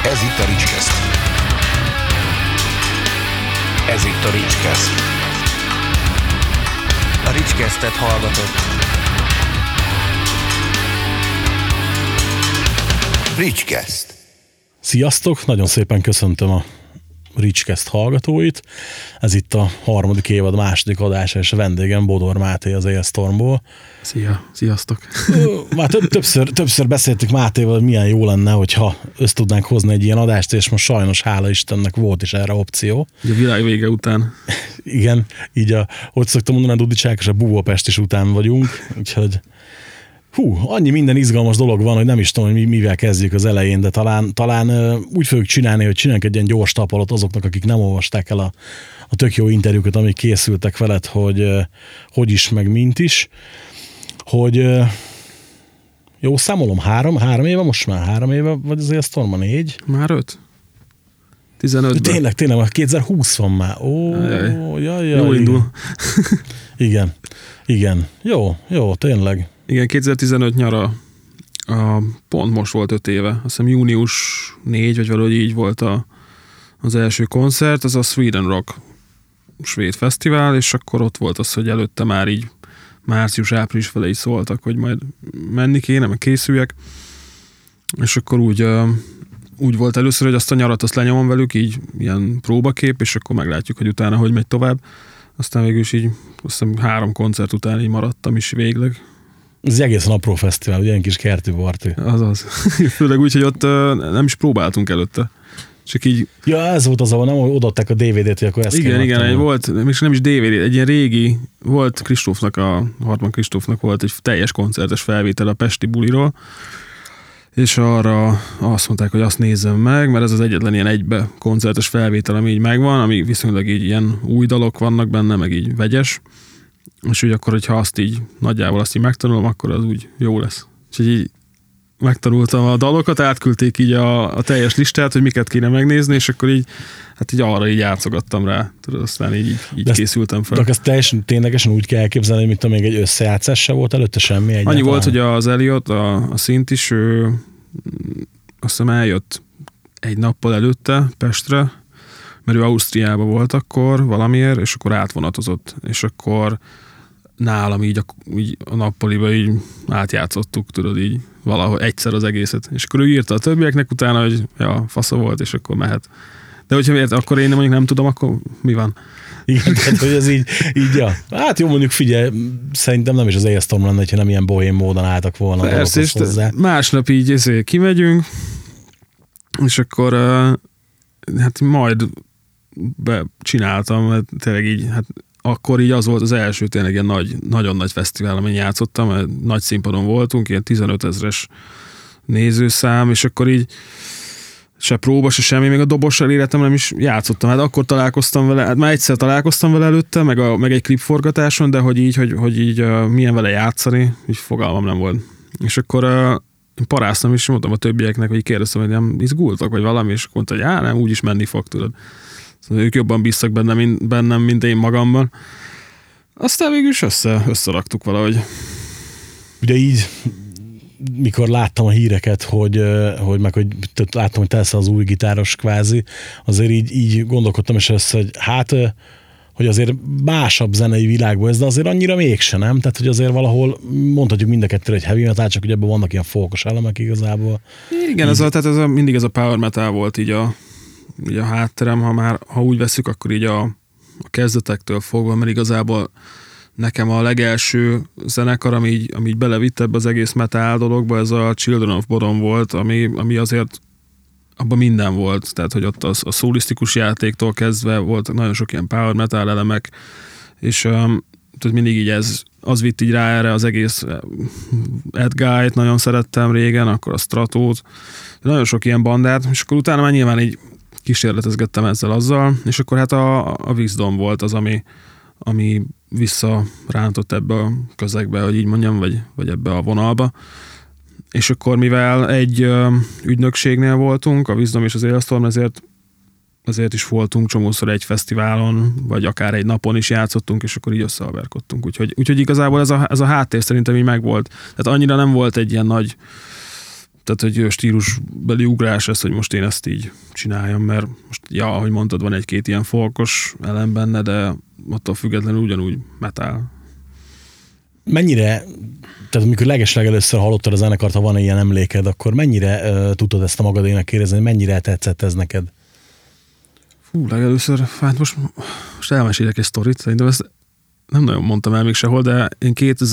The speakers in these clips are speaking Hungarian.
Ez itt a Ricskeszt. Ez itt a Ricskeszt. A Ricskesztet hallgatod. Ricskeszt. Sziasztok! Nagyon szépen köszöntöm a Ricskeszt hallgatóit. Ez itt a harmadik évad második adása, és a vendégem Bodor Máté az Ailstormból. Sziasztok! Már többször beszéltük Mátéval, hogy milyen jó lenne, hogyha össze tudnánk hozni egy ilyen adást, és most sajnos hála Istennek volt is erre opció. A világ vége után. Igen, így hogy szoktam mondani, a Dudicák és a Búvópest is után vagyunk, úgyhogy annyi minden izgalmas dolog van, hogy nem is tudom, hogy mivel kezdjük az elején, de talán úgy fogjuk csinálni, hogy csinálunk egy ilyen gyors tapalot azoknak, akik nem olvasták el a tök jó interjúkat, amik készültek veled, hogy is, meg mint is. Hogy jó, számolom, három éve, most már 3 éve, vagy az Ailstorm 4? Már 5? 15-ben. Tényleg, már 2020 van már. Jaj. Jó indul. Igen. Jó, tényleg. Igen, 2015 nyara, pont most volt 5 éve. Azt hiszem június 4, vagy valahogy így volt az első koncert, az a Sweden Rock svéd fesztivál, és akkor ott volt az, hogy előtte már így március-április felé is szóltak, hogy majd menni kéne, meg készüljek. És akkor úgy volt először, hogy azt a nyarat azt lenyomom velük, így ilyen próbakép, és akkor meglátjuk, hogy utána hogy megy tovább. Aztán végül is így, azt hiszem 3 koncert után így maradtam is végleg. Ez egészen apró fesztivál, ugye, ilyen kis kertű-bartű. Azaz. Főleg úgy, hogy ott nem is próbáltunk előtte. Csak így... Ja, ez volt az, ahol nem odaadták a DVD-t, hogy akkor ezt Igen, volt, nem is DVD, egy ilyen régi, volt Kristófnak, Hartmann Kristófnak volt egy teljes koncertes felvétel a pesti buliról, és arra azt mondták, hogy azt nézzem meg, mert ez az egyetlen ilyen egybe koncertes felvétel, ami így megvan, ami viszonylag így ilyen új dalok vannak benne, meg így vegyes, és úgy akkor, hogyha azt így nagyjából azt így megtanulom, akkor az úgy jó lesz. És így megtanultam a dalokat, átküldték így a teljes listát, hogy miket kéne megnézni, és akkor így, hát így arra így játszogattam rá. Tudod, aztán így készültem fel. De ezt teljesen ténylegesen úgy kell elképzelni, mint még egy összejátszás se volt előtte semmi egyáltalán. Annyi volt, hogy az Elliot, a szint is, ő azt hiszem eljött egy nappal előtte Pestre, mert ő Ausztriában volt akkor valamiért, és akkor átvonatozott, és akkor nálam így a nappaliba így átjátszottuk, tudod, így valahogy egyszer az egészet. És akkor ő írta a többieknek utána, hogy ja, fasza volt, és akkor mehet. De hogyha akkor én mondjuk nem tudom, akkor mi van? Igen, tehát, hogy ez így, ja. Hát jó, mondjuk figyelj, szerintem nem is az Ailstorm lenne, hogyha nem ilyen bohém módon álltak volna. Persze, és másnap így kimegyünk, és akkor hát majd csináltam, mert tényleg így, hát akkor így az volt az első tényleg ilyen nagyon nagy fesztivál, amin játszottam, mert nagy színpadon voltunk, ilyen 15 000-es nézőszám, és akkor így se próba, se semmi, még a dobossal életem nem is játszottam. Hát akkor találkoztam vele, hát már egyszer találkoztam vele előtte, meg egy klipforgatáson, de hogy így milyen vele játszani, így fogalmam nem volt. És akkor paráztam, és mondtam a többieknek, hogy kérdeztem, hogy nem izgultak, vagy valami, és mondta, hogy nem, úgyis menni fog, tudod. Szóval ők jobban bíztak bennem, mint én magamban. Aztán végül is összeraktuk valahogy. Ugye így, mikor láttam a híreket, hogy láttam, hogy te leszel az új gitáros kvázi, azért így gondolkodtam is össze, hogy hogy azért másabb zenei világban ez, de azért annyira mégse, nem? Tehát, hogy azért valahol mondhatjuk mind a kettőre, hogy heavy metal, csak hogy ebben vannak ilyen folkos elemek igazából. Igen, mindig ez a power metal volt így a hátterem, ha úgy veszük, akkor így a kezdetektől fogva, mert igazából nekem a legelső zenekar, ami így belevitt ebbe az egész metal dologba, ez a Children of Bodom volt, ami azért abban minden volt, tehát hogy ott a szólisztikus játéktól kezdve volt nagyon sok ilyen power metal elemek, és tehát mindig így az vitt így rá erre az egész Ed Guy-t nagyon szerettem régen, akkor a Stratót, nagyon sok ilyen bandát, és akkor utána már nyilván így kísérletezgettem azzal, és akkor hát a Wisdom volt az, ami visszarántott ebbe a közegbe, hogy így mondjam, vagy ebbe a vonalba. És akkor mivel egy ügynökségnél voltunk, a Wisdom és az Ailstorm, ezért is voltunk csomószor egy fesztiválon, vagy akár egy napon is játszottunk, és akkor így összehaverkodtunk. Úgyhogy igazából ez a háttér szerintem így megvolt. Tehát annyira nem volt egy ilyen nagy tehát hogy stílusbeli ugrás ez, hogy most én ezt így csináljam, mert most, ahogy mondtad, van egy-két ilyen folkos elem benne, de attól függetlenül ugyanúgy metal. Mennyire, tehát amikor legeslegelőször hallottad a zenekart, ha van ilyen emléked, akkor mennyire tudtad ezt a magadénak érezni, mennyire tetszett ez neked? Fú, legelőször, hát most elmesélek egy sztorit, szerintem ezt nem nagyon mondtam el még sehol, de én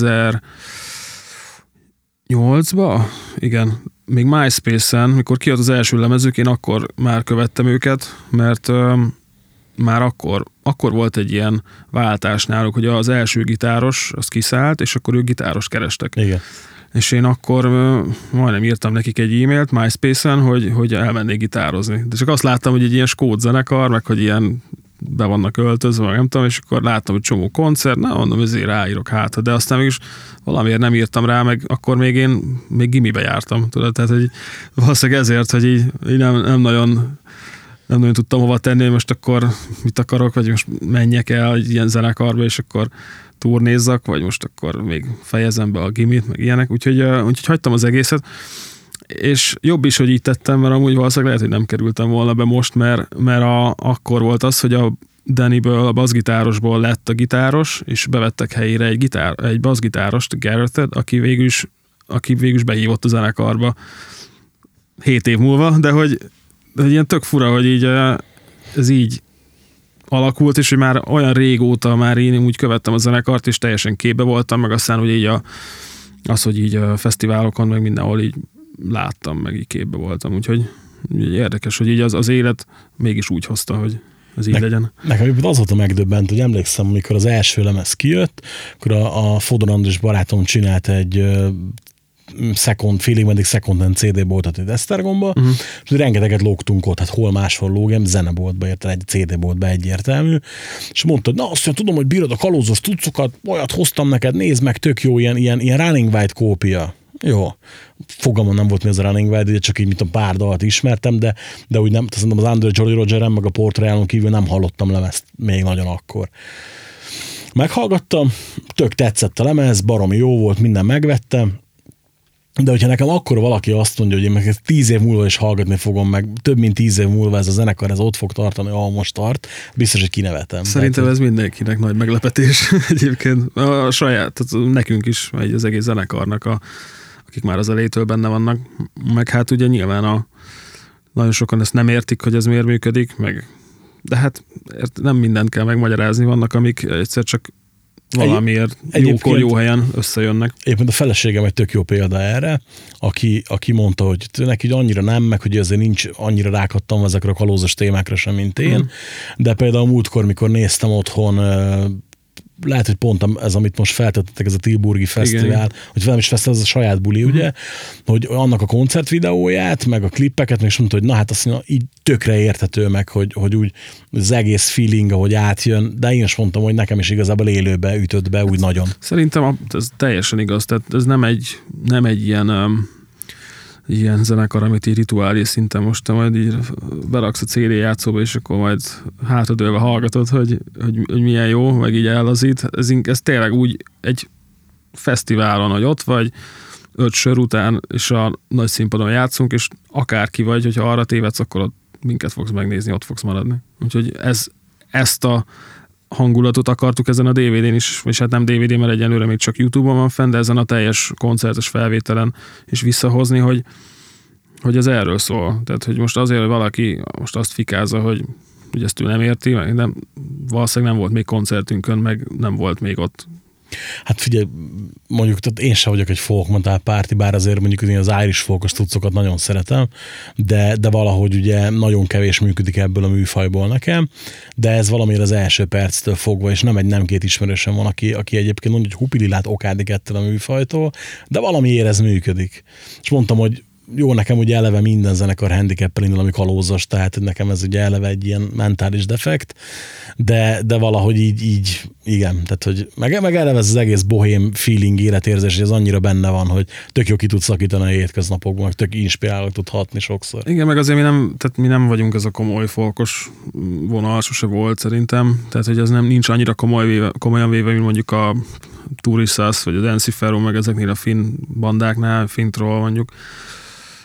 2008-ban, igen, még MySpace-en, mikor kijött az első lemezük, én akkor már követtem őket, mert már akkor volt egy ilyen váltás náluk, hogy az első gitáros, az kiszállt, és akkor ők gitáros kerestek. Igen. És én akkor majdnem írtam nekik egy e-mailt MySpace-en, hogy elmennék gitározni. De csak azt láttam, hogy egy ilyen skót zenekar, meg hogy ilyen be vannak öltözve, meg nem tudom, és akkor láttam, hogy csomó koncert, mondom, ezért ráírok hát, de aztán mégis valamiért nem írtam rá, meg akkor én gimibe jártam, tudod, tehát hogy valószínűleg ezért, hogy így nem nagyon tudtam hova tenni, hogy most akkor mit akarok, vagy most menjek el egy ilyen zenekarba, és akkor turnézzak, vagy most akkor még fejezem be a gimit, meg ilyenek, úgyhogy hagytam az egészet, és jobb is, hogy így tettem, mert amúgy valószínűleg lehet, hogy nem kerültem volna be most, mert akkor volt az, hogy a Dannyből, a basszgitárosból lett a gitáros, és bevettek helyére egy basszgitárost, Garrettet, aki végül is behívott a zenekarba 7 év múlva, de hogy ilyen tök fura, hogy így ez így alakult, és hogy már olyan régóta már én úgy követtem a zenekart, és teljesen képbe voltam, meg aztán, hogy így hogy így a fesztiválokon, meg mindenhol így láttam, meg így képbe voltam, úgyhogy érdekes, hogy így az élet mégis úgy hozta, hogy ez így legyen. Nekem az volt a megdöbbent, hogy emlékszem, amikor az első lemez kijött, akkor a Fodor András barátom csinált egy félig meddig second-hand CD-boltot egy Esztergomba, és rengeteget lógtunk ott, hát hol máshol lógem, zeneboltba érte, egy CD-boltba egyértelmű, és mondta, hogy na azt mondja, tudom, hogy bírod a kalózos cuccokat, olyat hoztam neked, nézd meg, tök jó, ilyen Running Wild kópia. Jó, fogalmam nem volt mi az a Running Wild, ugye csak így, mint a pár dalt ismertem, de úgy nem, szerintem az Under Jolly Rogeren, meg a Portrayalon kívül nem hallottam lemezt még nagyon akkor. Meghallgattam, tök tetszett a lemez, baromi jó volt, minden megvettem, de hogyha nekem akkor valaki azt mondja, hogy én meg 10 év múlva is hallgatni fogom, meg több mint 10 év múlva ez a zenekar, ez ott fog tartani, ahol most tart, biztos, hogy kinevetem. Szerintem ez mindenkinek nagy meglepetés egyébként. A saját, tehát nekünk is, vagy az egész zenekarnak, akik már az elejétől benne vannak, meg hát ugye nyilván nagyon sokan ezt nem értik, hogy ez miért működik, de hát nem mindent kell megmagyarázni, vannak, amik egyszer csak valamiért jókor, jó helyen összejönnek. Egyébként a feleségem egy tök jó példa erre, aki mondta, hogy neki annyira nem, meg hogy azért nincs annyira rákattam ezekre a kalózos témákra sem, mint én, de például múltkor, mikor néztem otthon, lehet, hogy pont ez, amit most feltettetek, ez a Tilburgi Fesztivál, igen. Hogy nem is fesztivál, ez a saját buli, ugye, hogy annak a koncertvideóját, meg a klippeket, meg is mondta, hogy na hát azt mondja, így tökre érthető meg, hogy úgy az egész feeling, ahogy átjön, de én is mondtam, hogy nekem is igazából élőbe ütött be úgy nagyon. Szerintem ez teljesen igaz, tehát ez nem egy ilyen zenekar, amit így rituálé szinten most te majd így beraksz a CD játszóba, és akkor majd hátradőlve hallgatod, hogy milyen jó, meg így ellazít. Ez tényleg úgy egy fesztiválon, hogy ott vagy, 5 sör után, és a nagy színpadon játszunk, és akárki vagy, hogyha arra tévedsz, akkor ott minket fogsz megnézni, ott fogsz maradni. Úgyhogy ezt a hangulatot akartuk ezen a DVD-n is, és hát nem DVD, mert egyenlőre még csak YouTube-on van fenn, de ezen a teljes koncertes felvételen is visszahozni, hogy ez erről szól. Tehát, hogy most azért, hogy valaki most azt fikázza, hogy ezt ő nem érti, meg nem, valószínűleg nem volt még koncertünkön, meg nem volt még ott. Hát figyelj, mondjuk tehát én sem vagyok egy folk metal párti, bár azért mondjuk az Irish folkos cuccokat nagyon szeretem, de valahogy ugye nagyon kevés működik ebből a műfajból nekem, de ez valamiért az első perctől fogva, és nem két ismerősem van, aki egyébként mondja, hogy hupililát okádik ettől a műfajtól, de valamiért ez működik. És mondtam, hogy jó, nekem ugye eleve minden zenekar handicappel indul, ami kalózos, tehát nekem ez ugye eleve egy ilyen mentális defekt, de valahogy így igen, tehát hogy meg eleve ez az egész bohém feeling, életérzés, hogy ez annyira benne van, hogy tök jó ki tud szakítani a hétköznapokban, meg tök inspiráló tud hatni sokszor. Igen, meg azért mi nem vagyunk ez a komoly folkos vonal, sose volt szerintem, tehát hogy ez nincs annyira komolyan véve, mint mondjuk a Turisas, vagy a Dancy Ferro, meg ezeknél a finn bandáknál, finn troll mondjuk.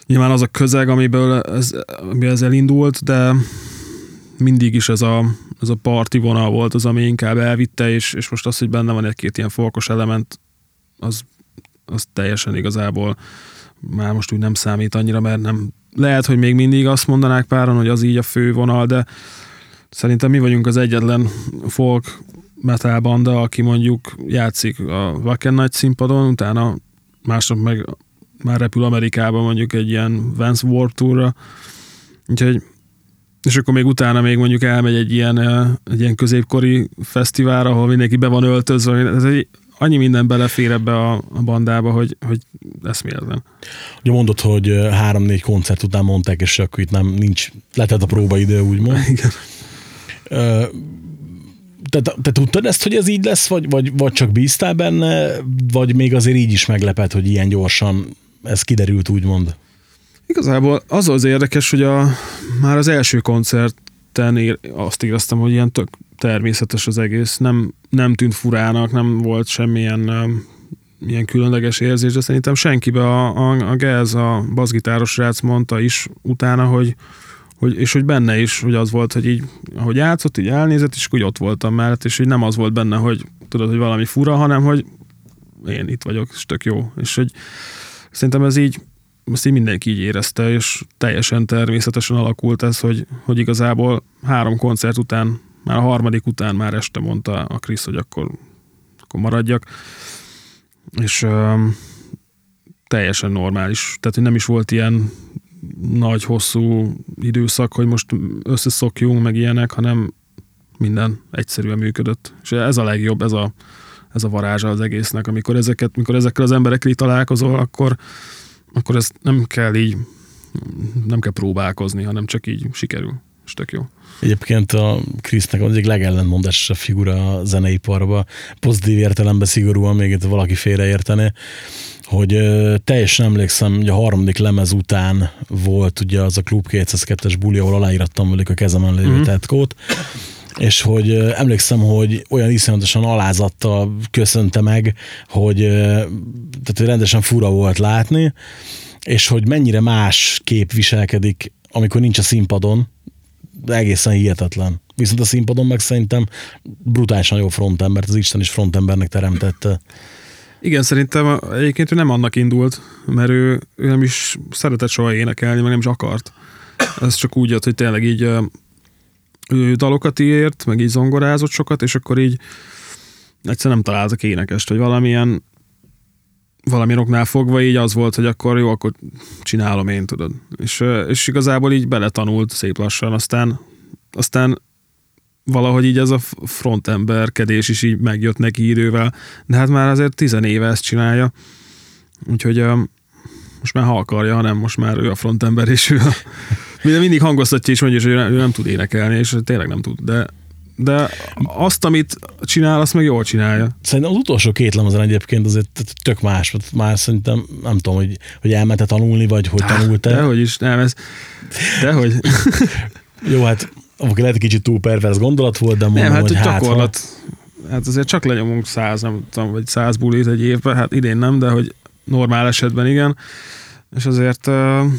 nyilván az a közeg, amiből ez elindult, de mindig is ez a parti vonal volt az, ami inkább elvitte, és most az, hogy benne van egy-két ilyen folkos element, az teljesen igazából már most úgy nem számít annyira, mert nem lehet, hogy még mindig azt mondanák páran, hogy az így a fő vonal, de szerintem mi vagyunk az egyetlen folk metal banda, aki mondjuk játszik a Wacken nagy színpadon, utána másnap meg már repül Amerikába mondjuk egy ilyen Vans Warped Tourra, úgyhogy és akkor még utána még mondjuk elmegy egy ilyen középkori fesztiválra, ahol mindenki be van öltözve. Ez annyi minden belefér ebbe a bandába, hogy eszméletlen. Ugye mondod, hogy 3-4 koncert után mondták, és akkor itt nincs letett a próbaidő, úgymond. Igen. Te tudtad ezt, hogy ez így lesz, vagy csak bíztál benne, vagy még azért így is meglepett, hogy ilyen gyorsan ez kiderült, úgymond? Igazából az érdekes, hogy már az első koncerten azt éreztem, hogy ilyen tök természetes az egész, nem tűnt furának, nem volt semmilyen ilyen különleges érzés, de szerintem senkibe a Gez, a bassgitáros srác mondta is utána, hogy benne is, hogy az volt, hogy így, ahogy játszott, így elnézett, és úgy ott voltam mellett, és hogy nem az volt benne, hogy tudod, hogy valami fura, hanem hogy én itt vagyok, és tök jó. És hogy szerintem ezt így mindenki így érezte, és teljesen természetesen alakult ez, hogy igazából 3 koncert után, már a 3. után már este mondta a Krisz, hogy akkor maradjak. És teljesen normális. Tehát, hogy nem is volt ilyen nagy, hosszú időszak, hogy most összeszokjunk, meg ilyenek, hanem minden egyszerűen működött. És ez a legjobb, ez a varázsa az egésznek. Amikor ezekkel az emberekkel találkozol, akkor ezt nem kell próbálkozni, hanem csak így sikerül. És tök jó. Egyébként a Krisznek az egyik legellentmondásosabb figura a zeneiparban, pozitív értelemben szigorúan, még itt valaki félreértené, hogy teljesen emlékszem, hogy a 3. lemez után volt ugye az a Klub 202-es buli, ahol aláírattam velük a kezemen lévő tetkót, és hogy emlékszem, hogy olyan iszonyatosan alázattal köszönte meg, hogy tehát rendesen fura volt látni, és hogy mennyire más kép viselkedik, amikor nincs a színpadon, de egészen hihetetlen. Viszont a színpadon meg szerintem brutálisan jó frontember, az Isten is frontembernek teremtette. Igen, szerintem egyébként ő nem annak indult, mert ő nem is szeretett soha énekelni, meg nem is akart. Ez csak úgy jött, hogy tényleg így ő dalokat írt, meg így zongorázott sokat, és akkor így egyszer nem találtak énekest, hogy valamilyen oknál fogva így az volt, hogy akkor jó, akkor csinálom én, tudod. És igazából így beletanult szép lassan, aztán valahogy így ez a frontemberkedés is így megjött neki idővel, de hát már azért 10 éve ezt csinálja, úgyhogy most már ha akarja, hanem most már ő a frontember, és ő mindig hangoztatja és mondja, hogy ő nem tud énekelni, és tényleg nem tud, de azt, amit csinál, azt meg jól csinálja. Szerintem az utolsó 2 lemezen egyébként azért tök más, már szerintem nem tudom, hogy elmente tanulni, vagy hogy tanult-e. Dehogy is, nem ez. Dehogy. Jó, hát akkor lehet, kicsit túl pervers gondolat volt, de mondom, nem, hát, hogy gyakorlat. Hát azért csak lenyomunk 100, nem tudom, vagy 100 bulit egy évben, hát idén nem, de hogy normál esetben igen. És azért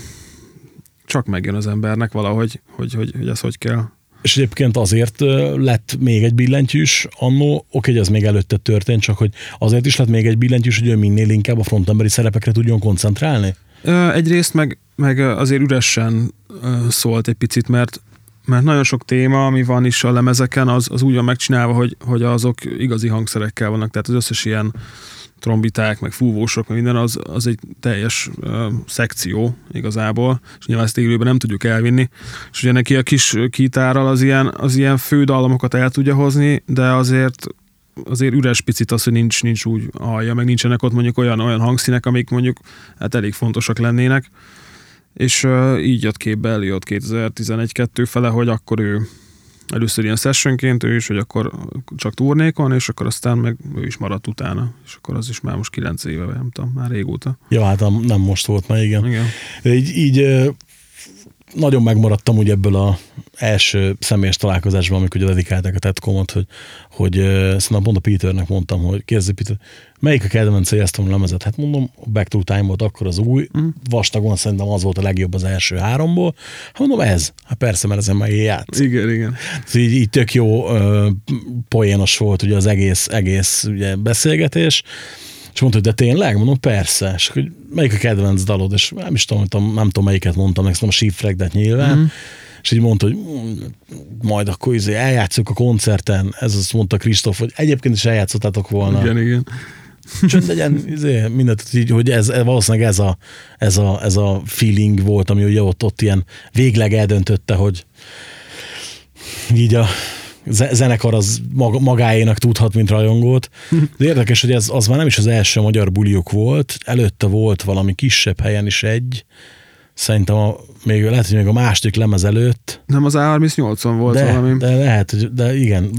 csak megjön az embernek valahogy, hogy ez hogy kell. És egyébként azért lett még egy billentyűs annó, oké, ez még előtte történt, csak hogy azért is lett még egy billentyűs, hogy ő minél inkább a frontemberi szerepekre tudjon koncentrálni? Egyrészt meg azért üresen szólt egy picit, mert nagyon sok téma, ami van is a lemezeken, az úgy van megcsinálva, hogy azok igazi hangszerekkel vannak, tehát az összes ilyen trombiták, meg fúvósok, meg minden, az egy teljes szekció igazából, és nyilván ezt élőben nem tudjuk elvinni, és ugye neki a kis kitárral az ilyen fő dallamokat el tudja hozni, de azért üres picit az, hogy nincs úgy hallja, meg nincsenek ott mondjuk olyan hangszínek, amik mondjuk hát elég fontosak lennének, és így jött képbe, eljött 2011-2 fele, hogy akkor ő először ilyen sessionként ő is, hogy akkor csak turnékon, és akkor aztán meg ő is maradt utána, és akkor az is már most 9 éve, nem tudom, már régóta. Ja, hát nem most volt már, igen. Igen. Így nagyon megmaradtam úgy ebből első személyes találkozásban, amikor ugye dedikálták a Tetcomot, hogy szerintem pont a Peternek mondtam, hogy kérdezi Peter, melyik a kedvencei ezt a lemezet? Hát mondom, a Back to Time volt akkor az új, vastagon szerintem az volt a legjobb az első háromból. Hát mondom, ez. Hát persze, mert ezen már én játsz. Igen. Így tök jó poénos volt ugye az egész ugye, beszélgetés, és mondta, hogy de tényleg? Mondom, persze. És hogy melyik a kedvenc dalod? És nem is tudom, nem tudom melyiket mondtam, meg a Shipwreck-et nyilván. És így mondta, hogy majd akkor eljátszunk a koncerten. Ez azt mondta Kristóf, hogy egyébként is eljátszottátok volna. Igen. Csak legyen mindent, így, hogy valószínűleg ez a feeling volt, ami ugye ott ilyen végleg eldöntötte, hogy így a zenekar az magáénak tudhat, mint rajongót. De érdekes, hogy az már nem is az első magyar buliuk volt, előtte volt valami kisebb helyen is egy, szerintem lehet, hogy még a második lemez előtt. Nem az A38-on volt valami. De lehet, de igen.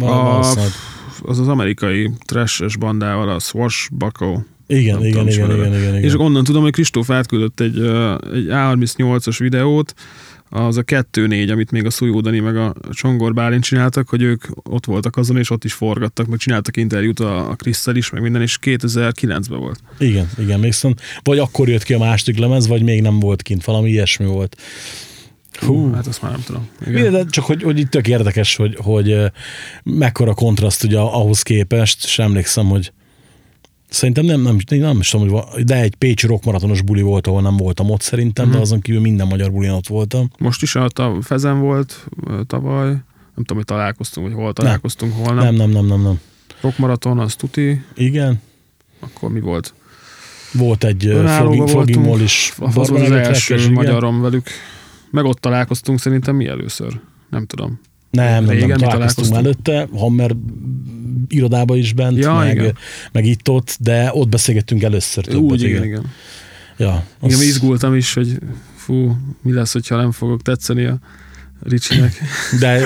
Az amerikai trash-es bandával, a Swashbuckle. Igen. És onnan tudom, hogy Kristóf átküldött egy A38-as videót, az a 2-4, amit még a Szújó Dani meg a Csongor Bálint csináltak, hogy ők ott voltak azon, és ott is forgattak, meg csináltak interjút a Krisszel is, meg minden, és 2009-ben volt. Igen, még szóval, vagy akkor jött ki a második lemez, vagy még nem volt kint, valami ilyesmi volt. Hát azt már nem tudom. Igen. De csak, hogy itt tök érdekes, hogy mekkora kontraszt ugye ahhoz képest, és emlékszem, hogy szerintem nem is tudom, de egy pécsi rockmaratonos buli volt, ahol nem voltam ott szerintem, de azon kívül minden magyar bulin ott voltam. Most is a Fezen volt tavaly, nem tudom, hogy találkoztunk, vagy hol találkoztunk, hol nem. Nem. Rockmaraton, az tuti. Igen. Akkor mi volt? Volt egy Flogging Mall is. Az az első magyarom velük. Meg ott találkoztunk szerintem mi először? Nem tudom. Nem találkoztunk előtte, Hammer irodába is bent, meg itt-ott, de ott beszélgettünk először többet. Úgy, igen. Ja, igen, izgultam is, hogy mi lesz, hogyha nem fogok tetszeni a Ricsinek. De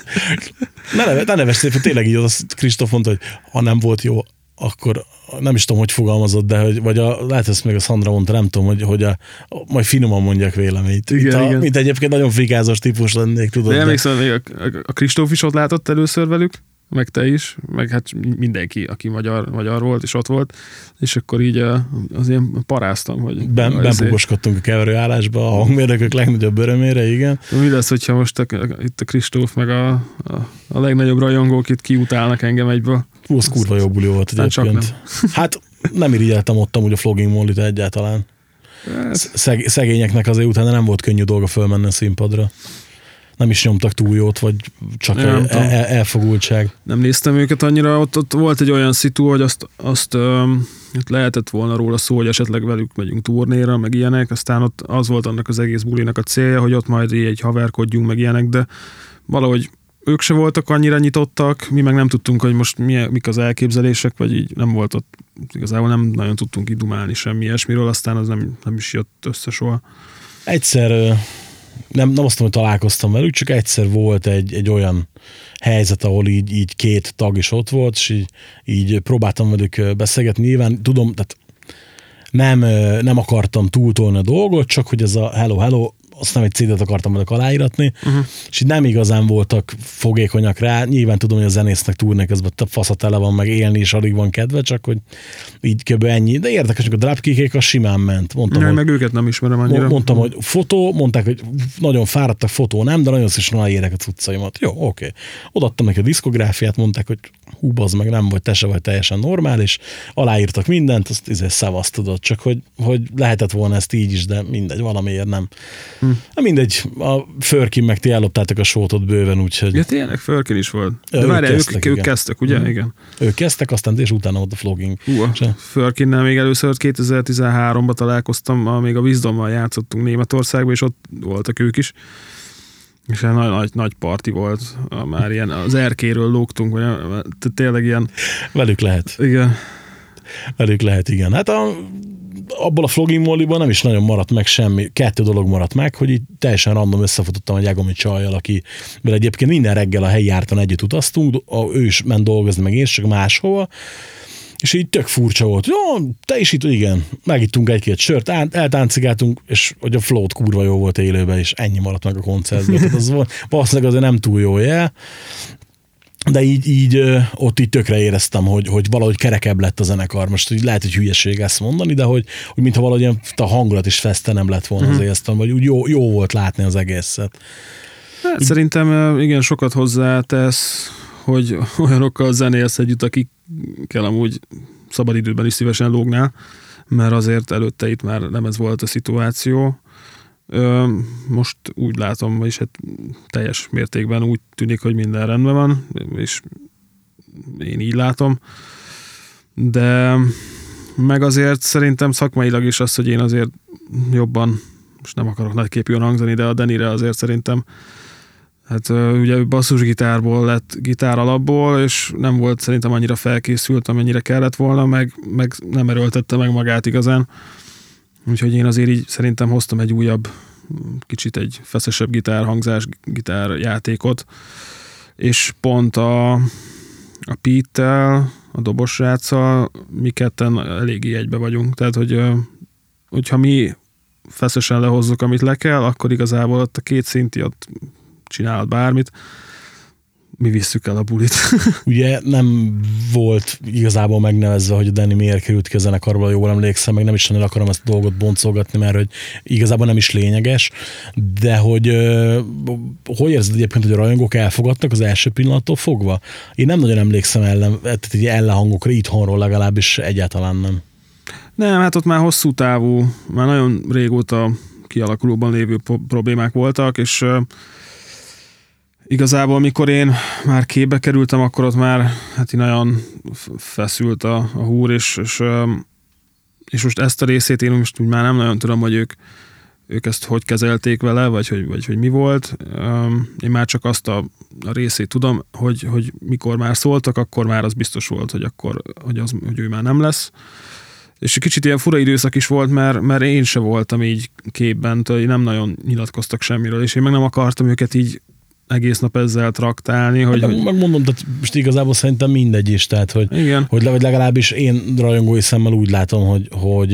ne nevess szépen, tényleg így az Kristóf mondta, hogy ha nem volt jó, akkor nem is tudom, hogy fogalmazott, de vagy lehet ezt még a Szandra mondta, nem tudom, hogy majd finoman mondjak véleményt. Igen. Mint egyébként nagyon frikázos típus lennék, tudod. De emlékszem, még a Kristóf is ott látott először velük, meg te is, meg hát mindenki, aki magyar volt, és ott volt, és akkor így az ilyen paráztam, hogy... Benpugoskodtunk a keverőállásba, a hangmérnökök legnagyobb örömére, igen. Mi lesz, hogyha most itt a Kristóf, meg a legnagyobb rajongók itt kiutálnak engem egyből? Az kurva jó buli volt egyébként. Hát nem irigyeltem ott amúgy a Flogging Mollit egyáltalán. Szegényeknek azért utána nem volt könnyű dolga fölmenni a színpadra. Nem is nyomtak túl jót, vagy csak elfogultság. Nem néztem őket annyira, ott volt egy olyan szitu, hogy azt lehetett volna róla szó, hogy esetleg velük megyünk turnéra, meg ilyenek, aztán ott az volt annak az egész bulinak a célja, hogy ott majd így haverkodjunk, meg ilyenek, de valahogy ők se voltak annyira nyitottak, mi meg nem tudtunk, hogy most mik az elképzelések, vagy így nem volt ott, igazából nem nagyon tudtunk így dumálni semmi ilyesmiről, aztán az nem is jött össze soha. Egyszer, nem azt mondom, hogy találkoztam velük, csak egyszer volt egy olyan helyzet, ahol így két tag is ott volt, és így próbáltam velük beszélgetni. Nyilván tudom, tehát nem akartam túltolni a dolgot, csak hogy ez a hello, azt nem egy CD-t akartam velük aláíratni, és így nem igazán voltak fogékonyak rá. Nyilván tudom, hogy a zenésznek túrnék közben több fasza tele van, meg élni is alig van kedve, csak hogy így kb. Ennyi. De érdekes, hogy a Dropkickék a simán ment. Mondtam, hogy, meg őket nem ismerem annyira. Mondtam, hogy fotó, mondták, hogy nagyon fáradtak, fotó nem, de nagyon szépen aláírják a cuccaimat. Jó, oké. Odaadtam neki a diszkográfiát, mondták, hogy hú, bazd meg, nem vagy, te se vagy teljesen normális. Aláírtak mindent, azt szavazt tudod, csak hogy lehetett volna ezt így is, de mindegy, valamiért nem. Na mindegy, a Furkin meg ti elloptátok a sótot bőven, úgyhogy... Ja, tényleg Furkin is volt. De várjál, ők kezdtek, ugye? Igen. Ők kezdtek, aztán és utána volt a Flogging. Furkinnel még először 2013-ban találkoztam, még a Wisdommal játszottunk Németországban, és ott voltak ők is. És nagy parti volt, már ilyen az erkéről lógtunk, vagy tényleg ilyen... Velük lehet. Igen. Velük lehet, igen. Hát abból a Flogging Mollyban nem is nagyon maradt meg semmi. 2 dolog maradt meg, hogy így teljesen random összefutottam egy Jagomi csajjal, akivel egyébként minden reggel a helyi jártan együtt utaztunk, ő is ment dolgozni, meg én is, csak máshova. És így tök furcsa volt. Jó, te is itt, igen. Megittunk egy-két sört, eltáncigáltunk, és hogy a float kurva jó volt élőben, és ennyi maradt meg a koncertben. Tehát az valószínűleg azért nem túl jó jel. De így ott így tökre éreztem, hogy valahogy kerekebb lett a zenekar. Most így lehet, hogy hülyeség ezt mondani, de hogy mintha valahogy a hangulat is feszte nem lett volna az érztem, vagy úgy jó volt látni az egészet. Hát, szerintem igen, sokat hozzátesz, hogy olyanokkal zenélsz együtt, akikkel amúgy szabadidődben is szívesen lógnál, mert azért előtte itt már nem ez volt a szituáció. Most úgy látom, vagyis hát teljes mértékben úgy tűnik, hogy minden rendben van, és én így látom. De meg azért szerintem szakmailag is az, hogy én azért jobban, most nem akarok nagyképűen hangzani, de a Dannyre azért szerintem hát ugye basszusgitárból lett gitár alapból, és nem volt szerintem annyira felkészült, amennyire kellett volna, meg nem erőltette meg magát igazán. Úgyhogy én azért így szerintem hoztam egy újabb, kicsit egy feszesebb gitárhangzás, gitárjátékot, és pont a Pete-tel, a dobosráccal mi ketten eléggé egybe vagyunk. Tehát, hogyha mi feszesen lehozzuk, amit le kell, akkor igazából ott a két szinti ott csinálhat bármit, mi visszük el a bulit. Ugye nem volt igazából megnevezve, hogy a Danny miért került ki a zenekarból, jól emlékszem, meg nem is nagyon akarom ezt a dolgot boncolgatni, mert hogy igazából nem is lényeges, de hogy érzed egyébként, hogy a rajongók elfogadtak az első pillanattól fogva? Én nem nagyon emlékszem ellenhangokra, itthonról legalábbis egyáltalán nem. Nem, hát ott már hosszú távú, már nagyon régóta kialakulóban lévő problémák voltak, és igazából, mikor én már képbe kerültem, akkor ott már hát nagyon feszült a húr, és most ezt a részét én most úgy már nem nagyon tudom, hogy ők ezt hogy kezelték vele, vagy hogy mi volt. Én már csak azt a részét tudom, hogy mikor már szóltak, akkor már az biztos volt, hogy ő már nem lesz. És egy kicsit ilyen fura időszak is volt, mert én se voltam így képben, hogy nem nagyon nyilatkoztak semmiről, és én meg nem akartam őket így egész nap ezzel traktálni. Megmondom, tehát most igazából szerintem mindegy is, tehát hogy legalábbis én rajongói szemmel úgy látom, hogy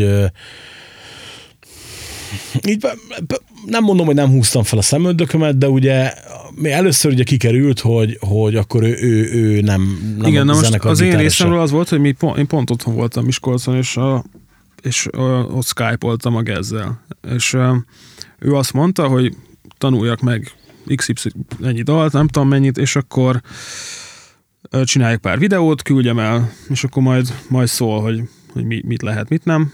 így nem mondom, hogy nem húztam fel a szemöldökömet, de ugye először ugye kikerült, hogy akkor ő nem igen, a zenekar az én részemről az volt, hogy én pont otthon voltam Miskolcon, és ott Skype-oltam a Gezzel. És ő azt mondta, hogy tanuljak meg XY ennyi dalt, nem tudom mennyit, és akkor csináljuk pár videót, küldjem el, és akkor majd szól, hogy mit lehet, mit nem.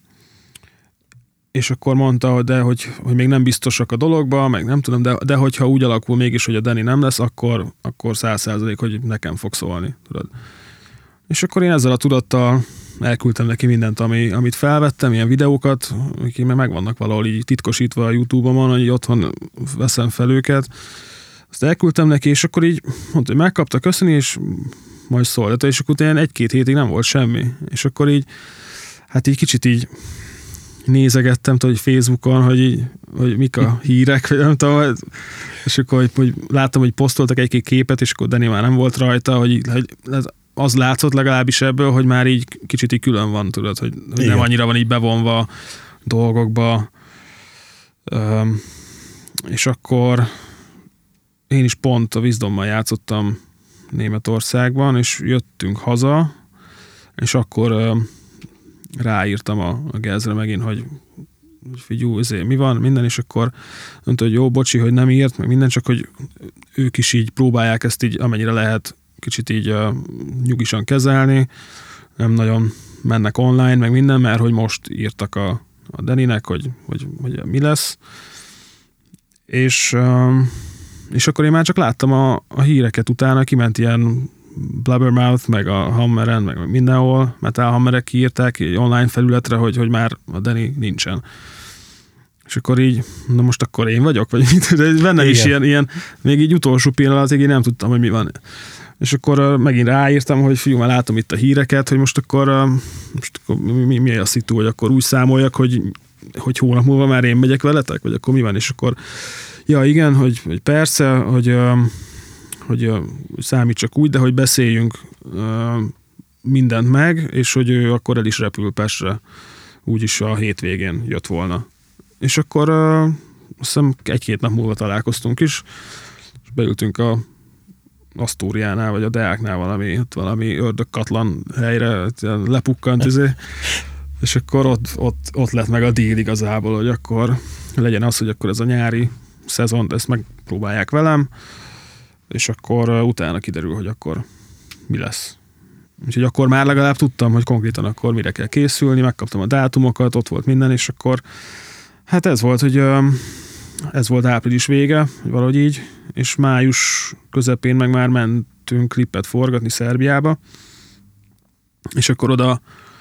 És akkor mondta, hogy még nem biztosak a dologba, meg nem tudom, de hogyha úgy alakul mégis, hogy a Danny nem lesz, akkor 100%, hogy nekem fog szólni. Tudod. És akkor én ezzel a tudattal elküldtem neki mindent, amit felvettem, ilyen videókat, akik megvannak valahol így titkosítva a YouTube-on, hogy otthon veszem fel őket. Azt elküldtem neki, és akkor így mondta, hogy megkapta, köszöni, és majd szól. És akkor utána 1-2 hétig nem volt semmi. És akkor így, hát így kicsit így nézegettem, hogy Facebookon, hogy mik a hírek, vagy nem tudom, és akkor hogy láttam, hogy posztoltak egy-két képet, és akkor Danny már nem volt rajta, hogy az látszott legalábbis ebből, hogy már így kicsit így külön van, tudod, hogy nem annyira van így bevonva dolgokba. És akkor én is pont a Wisdommal játszottam Németországban, és jöttünk haza, és ráírtam a Gezre megint, hogy figyelj, mi van, minden, és akkor mondta, hogy jó, bocsi, hogy nem írt, meg minden, csak hogy ők is így próbálják ezt így, amennyire lehet kicsit így nyugisan kezelni, nem nagyon mennek online, meg minden, mert hogy most írtak a Dannynek, hogy mi lesz. És akkor én már csak láttam a híreket utána, kiment ilyen Blabbermouth, meg a Hammeren, meg mindenhol, Metal Hammerek kiírták egy online felületre, hogy már a Danny nincsen. És akkor így, na most akkor én vagyok, vagy mit? De bennem is ilyen, még így utolsó pillanatig én nem tudtam, hogy mi van. És akkor megint ráírtam, hogy figyelj, már látom itt a híreket, hogy most akkor mi a szitu, hogy akkor úgy számoljak, hogy hónap múlva már én megyek veletek, vagy akkor mi van, és akkor ja igen, hogy persze, hogy számítsak úgy, de hogy beszéljünk mindent meg, és hogy ő akkor el is repül Pestre, úgyis a hétvégén jött volna. És akkor azt hiszem 1-2 nap múlva találkoztunk is, és beültünk a Asztóriánál, vagy a Deáknál valami ördögkatlan helyre, lepukkant, és akkor ott lett meg a deal igazából, hogy akkor legyen az, hogy akkor ez a nyári szezon, ezt megpróbálják velem, és akkor utána kiderül, hogy akkor mi lesz. Úgyhogy akkor már legalább tudtam, hogy konkrétan akkor mire kell készülni, megkaptam a dátumokat, ott volt minden, és akkor hát ez volt, hogy ez volt április vége, valahogy így, és május közepén meg már mentünk klipet forgatni Szerbiába, és akkor oda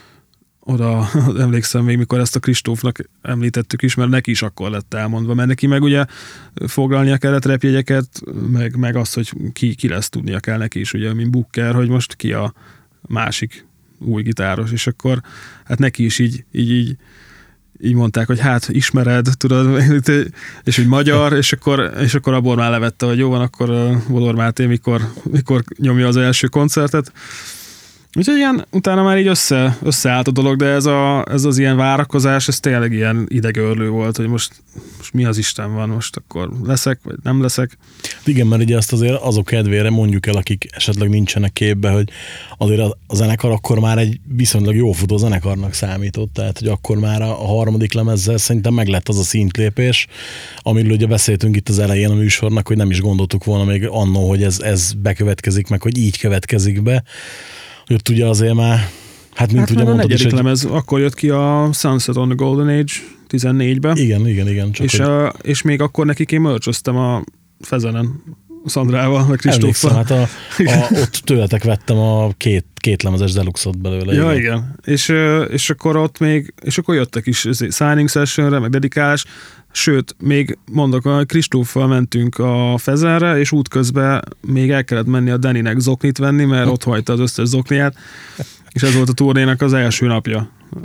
emlékszem még, mikor ezt a Kristófnak említettük is, mert neki is akkor lett elmondva, mert neki meg ugye foglalnia kellett repjegyeket, meg azt, hogy ki lesz, tudnia kell neki is, ugye, mint booker, hogy most ki a másik új gitáros, és akkor hát neki is így mondták, hogy hát ismered, tudod, és hogy magyar, és akkor abból már levette, hogy jó van, akkor Bodor Máté mikor nyomja az első koncertet. Úgyhogy ilyen, utána már így összeállt a dolog, de ez az ilyen várakozás, ez tényleg ilyen idegörlő volt, hogy most mi az Isten van, most akkor leszek, vagy nem leszek. Igen, mert ugye azt azért azok kedvére mondjuk el, akik esetleg nincsenek képbe, hogy azért a zenekar akkor már egy viszonylag jó futó zenekarnak számított, tehát hogy akkor már a harmadik lemezzel szerintem meg lett az a szintlépés, amiről ugye beszéltünk itt az elején a műsornak, hogy nem is gondoltuk volna még annó, hogy ez bekövetkezik, meg hogy így következik be. Jött ugye azért már, hát mint ugye mondtad is, lemez, akkor jött ki a Sunset on the Golden Age 14-ben. Igen. Csak és még akkor nekik én merchöztem a Fezenen, Szandrával, meg Kristóffal. Hát ott tőletek vettem a két lemezes deluxot belőle. Ja, igen. És akkor ott még, és akkor jöttek is signing sessionre, meg dedikálás, sőt, még mondok, hogy Kristóffal mentünk a Fezenre, és útközben még el kellett menni a Daninek zoknit venni, mert ott hagyta az összes zokniát, és ez volt a turnénak az első napja.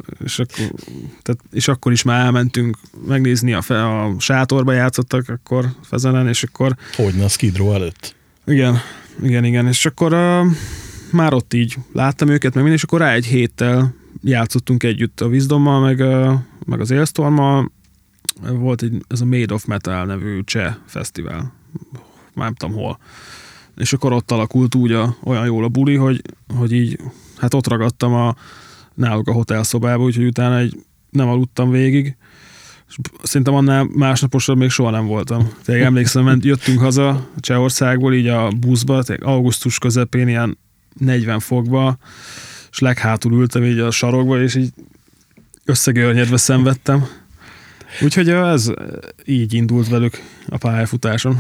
És akkor is már elmentünk megnézni, a sátorba játszottak akkor Fezenen, és akkor... Hogyne, a Skid Row előtt. Igen, és akkor már ott így láttam őket, meg minden, és akkor rá egy héttel játszottunk együtt a Wisdommal, meg az Ailstormmal. Volt ez a Made of Metal nevű cseh fesztivál. Már nem tudom hol. És akkor ott alakult úgy olyan jól a buli, hogy így, hát ott ragadtam náluk a hotelszobába, úgyhogy utána nem aludtam végig. És szerintem annál másnaposabb még soha nem voltam. Tehát emlékszem, jöttünk haza Csehországból, így a buszba, augusztus közepén ilyen 40 fokba, és leghátul ültem így a sarokba, és így összegörnyedve szenvedtem. Úgyhogy ez így indult velük a pályafutásom.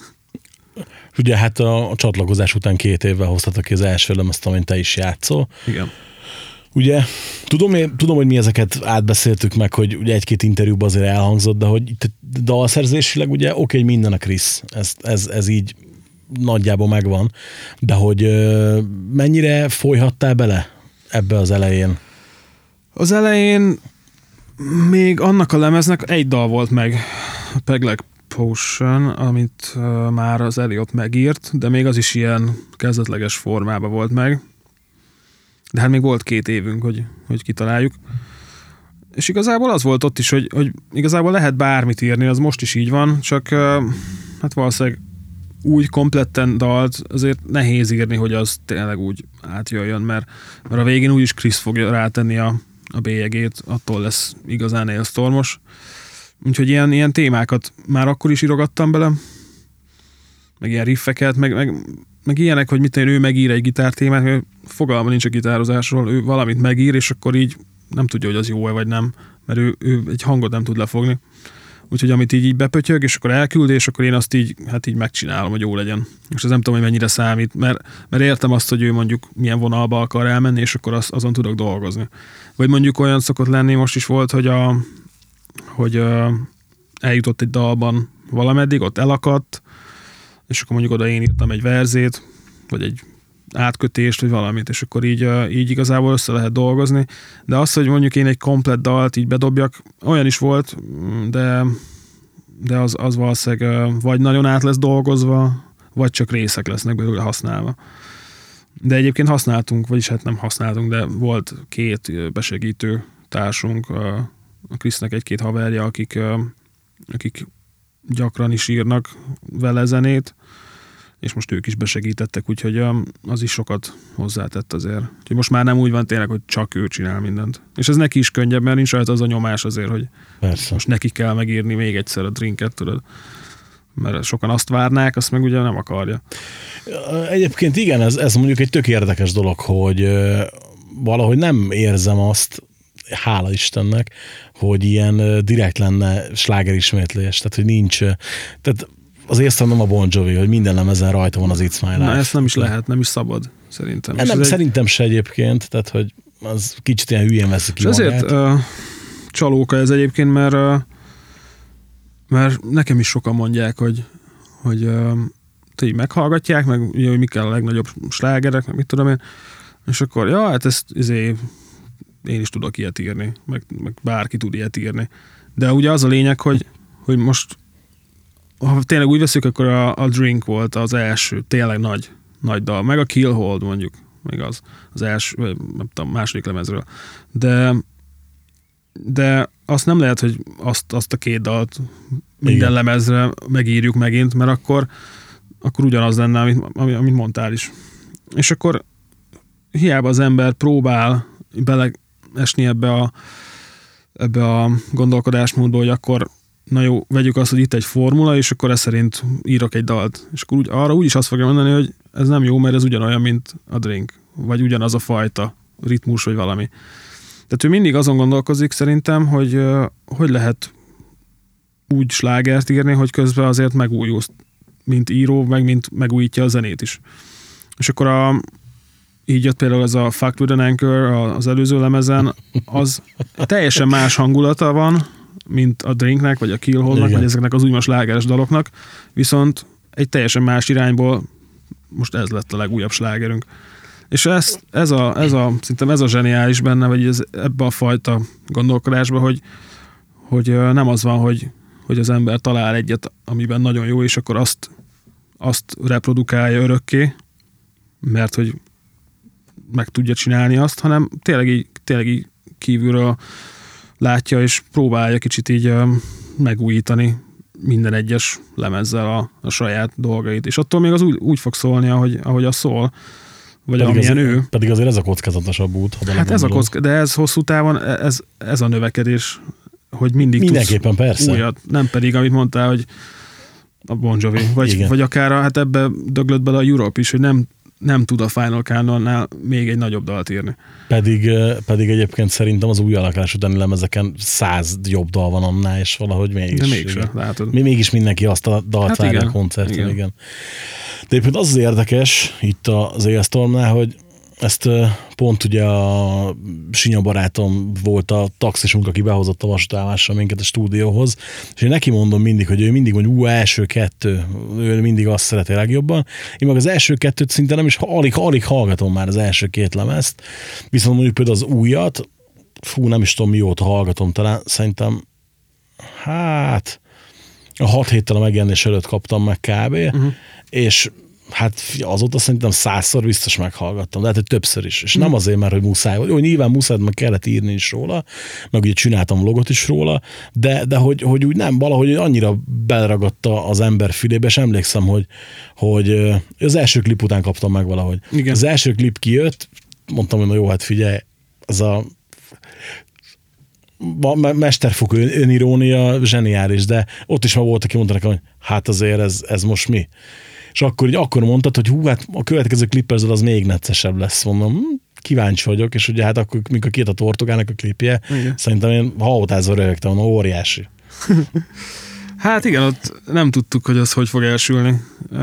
Ugye hát a csatlakozás után 2 évvel hoztatok ki az első lemezt, amin te is játszol. Igen. Ugye, tudom, hogy mi ezeket átbeszéltük meg, hogy ugye 1-2 interjúban azért elhangzott, de hogy itt dalszerzésileg ugye oké, minden a Krisz, ez így nagyjából megvan, de hogy mennyire folyhattál bele ebbe az elején? Az elején még annak a lemeznek egy dal volt meg, a Pegleg Potion, amit már az Elliot megírt, de még az is ilyen kezdetleges formában volt meg. De hát még volt 2 évünk, hogy kitaláljuk. És igazából az volt ott is, hogy igazából lehet bármit írni, az most is így van, csak hát valószínűleg úgy kompletten dalt azért nehéz írni, hogy az tényleg úgy átjöjjön, mert a végén úgyis Chris fogja rátenni a bélyegét, attól lesz igazán Ailstormos. Úgyhogy ilyen témákat már akkor is írogattam bele, meg ilyen riffeket, meg ilyenek, hogy ő megír egy gitártémát, mert fogalma nincs a gitározásról, ő valamit megír, és akkor így nem tudja, hogy az jó-e vagy nem, mert ő egy hangot nem tud lefogni. Úgyhogy amit így bepötyög, és akkor elküldi, és akkor én azt így megcsinálom, hogy jó legyen. És ez nem tudom, hogy mennyire számít, mert értem azt, hogy ő mondjuk milyen vonalba akar elmenni, és akkor azon tudok dolgozni. Vagy mondjuk olyan szokott lenni, most is volt, hogy eljutott egy dalban valameddig, ott elakadt, és akkor mondjuk oda én írtam egy verzét, vagy egy átkötést, vagy valamit, és akkor így igazából össze lehet dolgozni. De az, hogy mondjuk én egy komplett dalt így bedobjak, olyan is volt, de az valószínűleg vagy nagyon át lesz dolgozva, vagy csak részek lesznek belőle használva. De egyébként használtunk, vagyis hát nem használtunk, de volt 2 besegítő társunk, a Krisznek 1-2 haverja, akik gyakran is írnak vele zenét, és most ők is besegítettek, úgyhogy az is sokat hozzátett azért. Úgyhogy most már nem úgy van tényleg, hogy csak ő csinál mindent. És ez neki is könnyebb, mert nincs rajta az a nyomás azért, hogy Persze. most neki kell megírni még egyszer a drinket, tudod. Mert sokan azt várnák, azt meg ugye nem akarja. Egyébként igen, ez mondjuk egy tök érdekes dolog, hogy valahogy nem érzem azt, hála Istennek, hogy ilyen direkt lenne slágerismétlés, tehát hogy nincs, tehát az észre a Bon Jovi, hogy minden lemezen rajta van az It's My Life. Na, ezt nem is lehet, nem is szabad, szerintem. Nem, szerintem se egyébként, tehát hogy az kicsit ilyen hülyén veszik ki és magát. ezért csalóka ez egyébként, mert nekem is sokan mondják, hogy így meghallgatják, meg ugye, hogy mi kell a legnagyobb slágerek, meg mit tudom én, és akkor, ja, hát ezt én is tudok ilyet írni, meg bárki tud ilyet írni. De ugye az a lényeg, hogy most ha tényleg úgy veszük, akkor a Drink volt az első, tényleg nagy dal, meg a Kill Hold mondjuk, még az első, vagy nem tudom, második lemezről. De azt nem lehet, hogy azt a 2 dalt minden Igen. lemezre megírjuk megint, mert akkor ugyanaz lenne, amit mondtál is. És akkor hiába az ember próbál beleesni ebbe a gondolkodásmódba, hogy akkor na jó, vegyük azt, hogy itt egy formula, és akkor ez szerint írok egy dalt. És akkor arra úgyis azt fogja mondani, hogy ez nem jó, mert ez ugyanolyan, mint a Drink. Vagy ugyanaz a fajta ritmus, vagy valami. Tehát ő mindig azon gondolkozik szerintem, hogy lehet úgy slágert írni, hogy közben azért megújulsz, mint író, meg mint megújítja a zenét is. És akkor így jött például ez a Fucked with an Anchor az előző lemezen, az teljesen más hangulata van, mint a Drinknek, vagy a Kill Hold-nak, vagy ezeknek az úgymond slágeres daloknak, viszont egy teljesen más irányból most ez lett a legújabb slágerünk. És szerintem ez a zseniális benne, vagy ebbe a fajta gondolkodásba, hogy nem az van, hogy az ember talál egyet, amiben nagyon jó, és akkor azt reprodukálja örökké, mert hogy meg tudja csinálni azt, hanem tényleg így kívülről látja, és próbálja kicsit így megújítani minden egyes lemezzel a saját dolgait. És attól még az úgy fog szólni, ahogy az szól, vagy pedig amilyen ő. Pedig azért ez a kockázatosabb út. Hát ez de ez hosszú távon, ez a növekedés, hogy mindig mindenképpen persze. Újat. Nem pedig, amit mondtál, hogy a Bon Jovi, vagy akár hát ebbe döglött bele a Europe is, hogy nem tud a Final Canonnál még egy nagyobb dalt írni. Pedig egyébként szerintem az új alakulás utáni lemezeken 100 jobb dal van annál, és valahogy mégis. De mégsem, látod. Mégis mindenki azt a dalt várja a koncerten, igen. De egyébként az érdekes itt az Alestormnál, hogy ezt pont ugye a Sinya barátom volt a taxisunk, aki behozott a vasútállomással minket a stúdióhoz, és én neki mondom mindig, hogy ő mindig mondja, első 2, ő mindig azt szereti legjobban. Én meg az első 2-t szinte nem is, alig hallgatom már az első 2 lemezt, viszont mondjuk például az újat, nem is tudom mióta hallgatom, talán szerintem hát a 6 héttel a megjelenés előtt kaptam meg kb. És hát azóta szerintem 100-szor biztos meghallgattam, de hát hogy többször is. És nem azért, mert hogy muszáj, jó, nyilván muszáj, meg kellett írni is róla, meg ugye csináltam vlogot is róla, de hogy úgy nem, valahogy annyira beleragadta az ember fülébe, és emlékszem, hogy az első klip után kaptam meg valahogy. Igen. Az első klip kijött, mondtam, hogy na jó, hát figyelj, ez a mesterfokú önirónia zseniális, de ott is már volt, aki mondta nekem, hogy hát azért ez most mi? És akkor mondtad, hogy hú, hát a következő klipperzed az még neccesebb lesz, mondom, kíváncsi vagyok, és ugye hát akkor, mikor kijött a Tortugának a klipje, szerintem én halotázva röhögtem, óriási. Hát igen, ott nem tudtuk, hogy az hogy fog elsülni.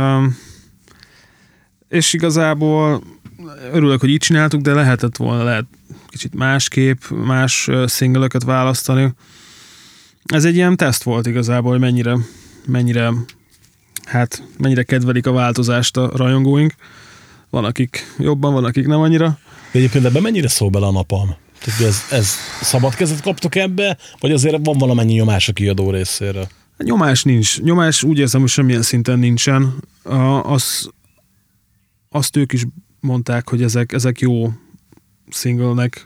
És igazából örülök, hogy így csináltuk, de lehet kicsit másképp, más singlöket választani. Ez egy ilyen teszt volt igazából, hogy mennyire kedvelik a változást a rajongóink. Van, akik jobban, van, akik nem annyira. De egyébként ebben mennyire szól bele a napalm? Tehát ez szabad kezet kaptok ebbe, vagy azért van valamennyi nyomás a kiadó részéről? Nyomás nincs. Nyomás úgy érzem, hogy semmilyen szinten nincsen. Azt ők is mondták, hogy ezek jó single-nek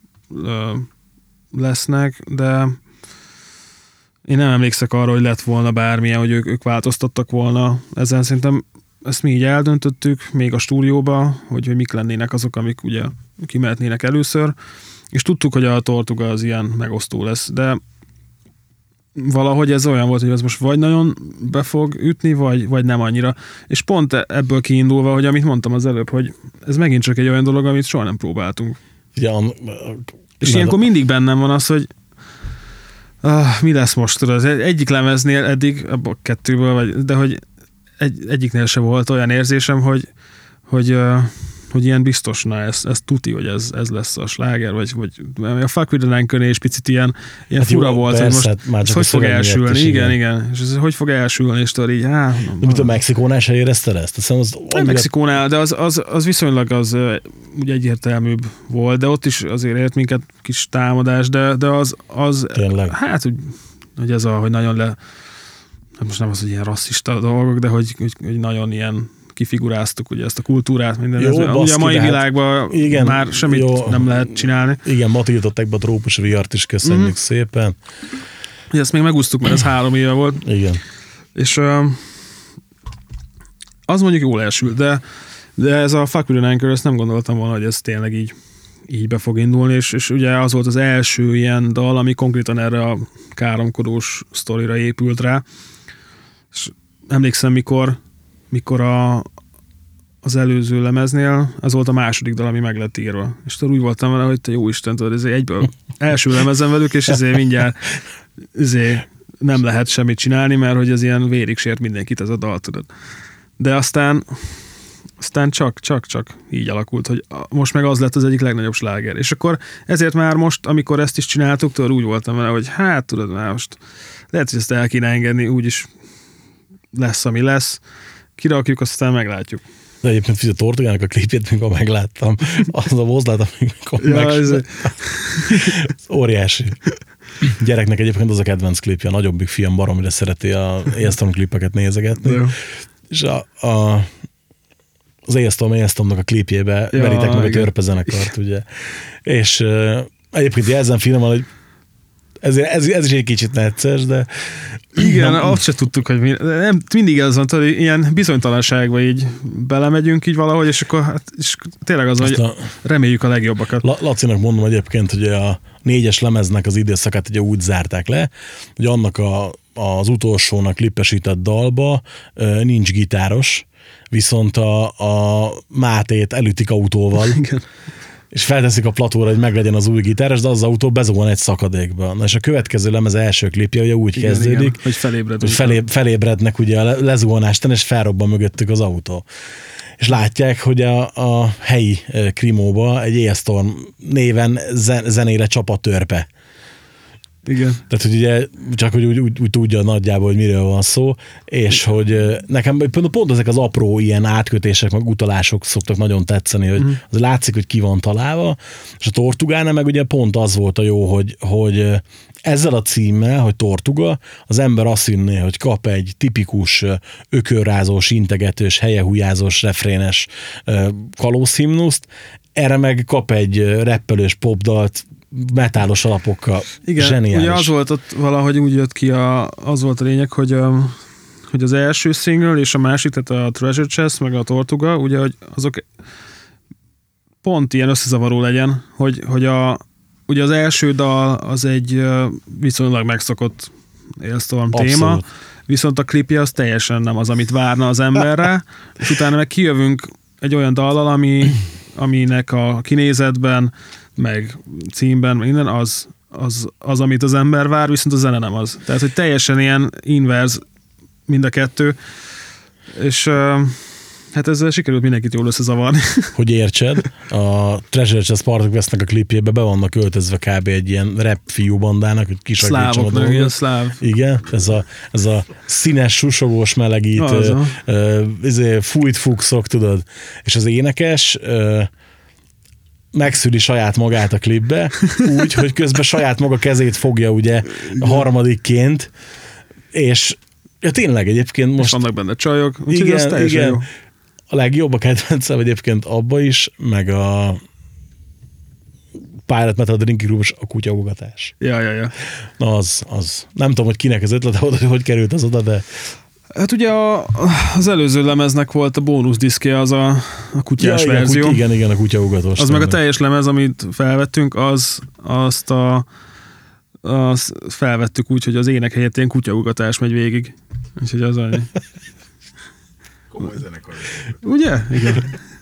lesznek, de én nem emlékszek arra, hogy lett volna bármilyen, hogy ők változtattak volna. Ezen szerintem ezt mi így eldöntöttük, még a stúdióba, hogy mik lennének azok, amik ugye kimehetnének először, és tudtuk, hogy a Tortuga az ilyen megosztó lesz, de valahogy ez olyan volt, hogy ez most vagy nagyon be fog ütni, vagy nem annyira. És pont ebből kiindulva, hogy amit mondtam az előbb, hogy ez megint csak egy olyan dolog, amit soha nem próbáltunk. És ilyenkor mindig bennem van az, hogy mi lesz most, tudod, egyik lemeznél eddig, abban a kettőből, de hogy egyiknél se volt olyan érzésem, hogy ilyen biztos, ez tuti, hogy ez lesz a sláger, vagy a Fuck With The Anchor-nél is picit ilyen fura volt, persze, hogy most hogy fog elsülni, igen, és ez hogy fog elsülni, és tudod így, de mit a Mexikónál se érezted ezt? A Mexikónál, de az viszonylag ugye egyértelműbb volt, de ott is azért ért minket kis támadás, de az tényleg. Hát, hogy ez hogy nagyon most nem az, hogy ilyen rasszista dolgok, de hogy nagyon ilyen kifiguráztuk ugye ezt a kultúrát, minden. Jó, baszki, ugye a mai világban igen, már semmit nem lehet csinálni. Igen, ma tiltották be a trópus vihart is, köszönjük szépen. Ugye ezt még megúsztuk, mert ez 3 éve volt. Igen. És az mondjuk jól elsült, de ez a Fuck With An Anchor, ezt nem gondoltam volna, hogy ez tényleg így be fog indulni, és ugye az volt az első ilyen dal, ami konkrétan erre a káromkodós sztorira épült rá. És emlékszem, mikor az előző lemeznél, ez volt a második dal, ami meg lett írva. És úgy voltam vele, hogy te jó Isten, tudod, ezért egyből első lemezen velük, és ezért mindjárt nem lehet semmit csinálni, mert hogy ez ilyen vérig sért mindenkit ez a dal, tudod. De aztán csak így alakult, hogy most meg az lett az egyik legnagyobb sláger. És akkor ezért már most, amikor ezt is csináltuk, tudod, úgy voltam vele, hogy hát tudod, már most lehet, hogy ezt el kéne engedni, úgyis lesz, ami lesz. Kirakjuk, aztán meglátjuk. De egyébként a Tortugának a klipjét, mikor megláttam, az a mozdulat, amikor óriási. Gyereknek egyébként az a kedvenc klipje, a nagyobbik fiam baromira szereti a Ailstorm klipeket nézegetni. Ja. És az Ailstormnak a klipjébe veritek meg a törpezenekart, ugye. És egyébként jelzem finoman, hogy ez is egy kicsit necces, de... Igen, azt se tudtuk, hogy nem, mindig az van, hogy ilyen bizonytalanságba így belemegyünk így valahogy, és akkor és tényleg az, hogy reméljük a legjobbakat. Lacinak mondom egyébként, hogy a 4-es lemeznek az időszakát ugye úgy zárták le, hogy annak az utolsónak klippesített dalba nincs gitáros, viszont a Mátét elütik autóval, igen. És felteszik a platóra, hogy meglegyen az új gitáros, de az autó bezuhan egy szakadékba. Na és a következő lemez első klipje ugye úgy kezdődik, igen, hogy felébrednek ugye a lezuhanástán, és felrobban mögöttük az autó. És látják, hogy a helyi krimóba egy Ailstorm néven zenére csap a törpe. Igen. Tehát, hogy ugye csak hogy úgy tudja nagyjából, hogy miről van szó, és hogy nekem pont ezek az apró ilyen átkötések, meg utalások szoktak nagyon tetszeni, hogy az látszik, hogy ki van találva, és a Tortugánál meg ugye pont az volt a jó, hogy ezzel a címmel, hogy Tortuga, az ember azt hinné, hogy kap egy tipikus ökörrázós, integetős, helyehújázós, refrénes kalózhimnuszt, erre meg kap egy reppelős popdalt, metálos alapokkal. Igen, zseniális. Ugye az volt ott valahogy úgy jött ki, az volt a lényeg, hogy az első single és a másik, tehát a Treasure Chest, meg a Tortuga, ugye, hogy azok pont ilyen összezavaró legyen, hogy ugye az első dal az egy viszonylag megszokott Ailstorm téma, viszont a klipje az teljesen nem az, amit várna az emberre, és utána meg kijövünk egy olyan dallal, aminek a kinézetben meg címben, meg minden, az, amit az ember vár, viszont a zene nem az. Tehát, hogy teljesen ilyen inverz mind a kettő, és hát ezzel sikerült mindenkit jól összezavarni. Hogy értsed, a Treasure Chest Spartak Westnek a klipjébe be vannak öltözve kb. Egy ilyen rap fiú bandának, hogy kisagítsam a dolgot. Igen, szláv. Igen, ez a színes, susogós, melegítő, fújt fuxok, tudod. És az énekes megszüli saját magát a klipbe, úgy, hogy közben saját maga kezét fogja ugye harmadikként, és ja, tényleg egyébként most... És vannak benne csajok, úgyhogy igen, ez teljesen jó. a legjobb, a kedvencem egyébként abba is, meg a Pirate Metal Drinking Room-os a kutyaugatás. Ja. Na az. Nem tudom, hogy kinek az ötlete oda, hogy került az oda, de... Hát ugye az előző lemeznek volt a bónuszdiszkje, az a kutyás verzió. Igen, a kutyaugatós. Az meg a teljes lemez, amit felvettünk, azt felvettük úgy, hogy az ének helyett ilyen kutyaugatás megy végig. Úgyhogy az annyi. Komoly zenekar. Ugye? Igen.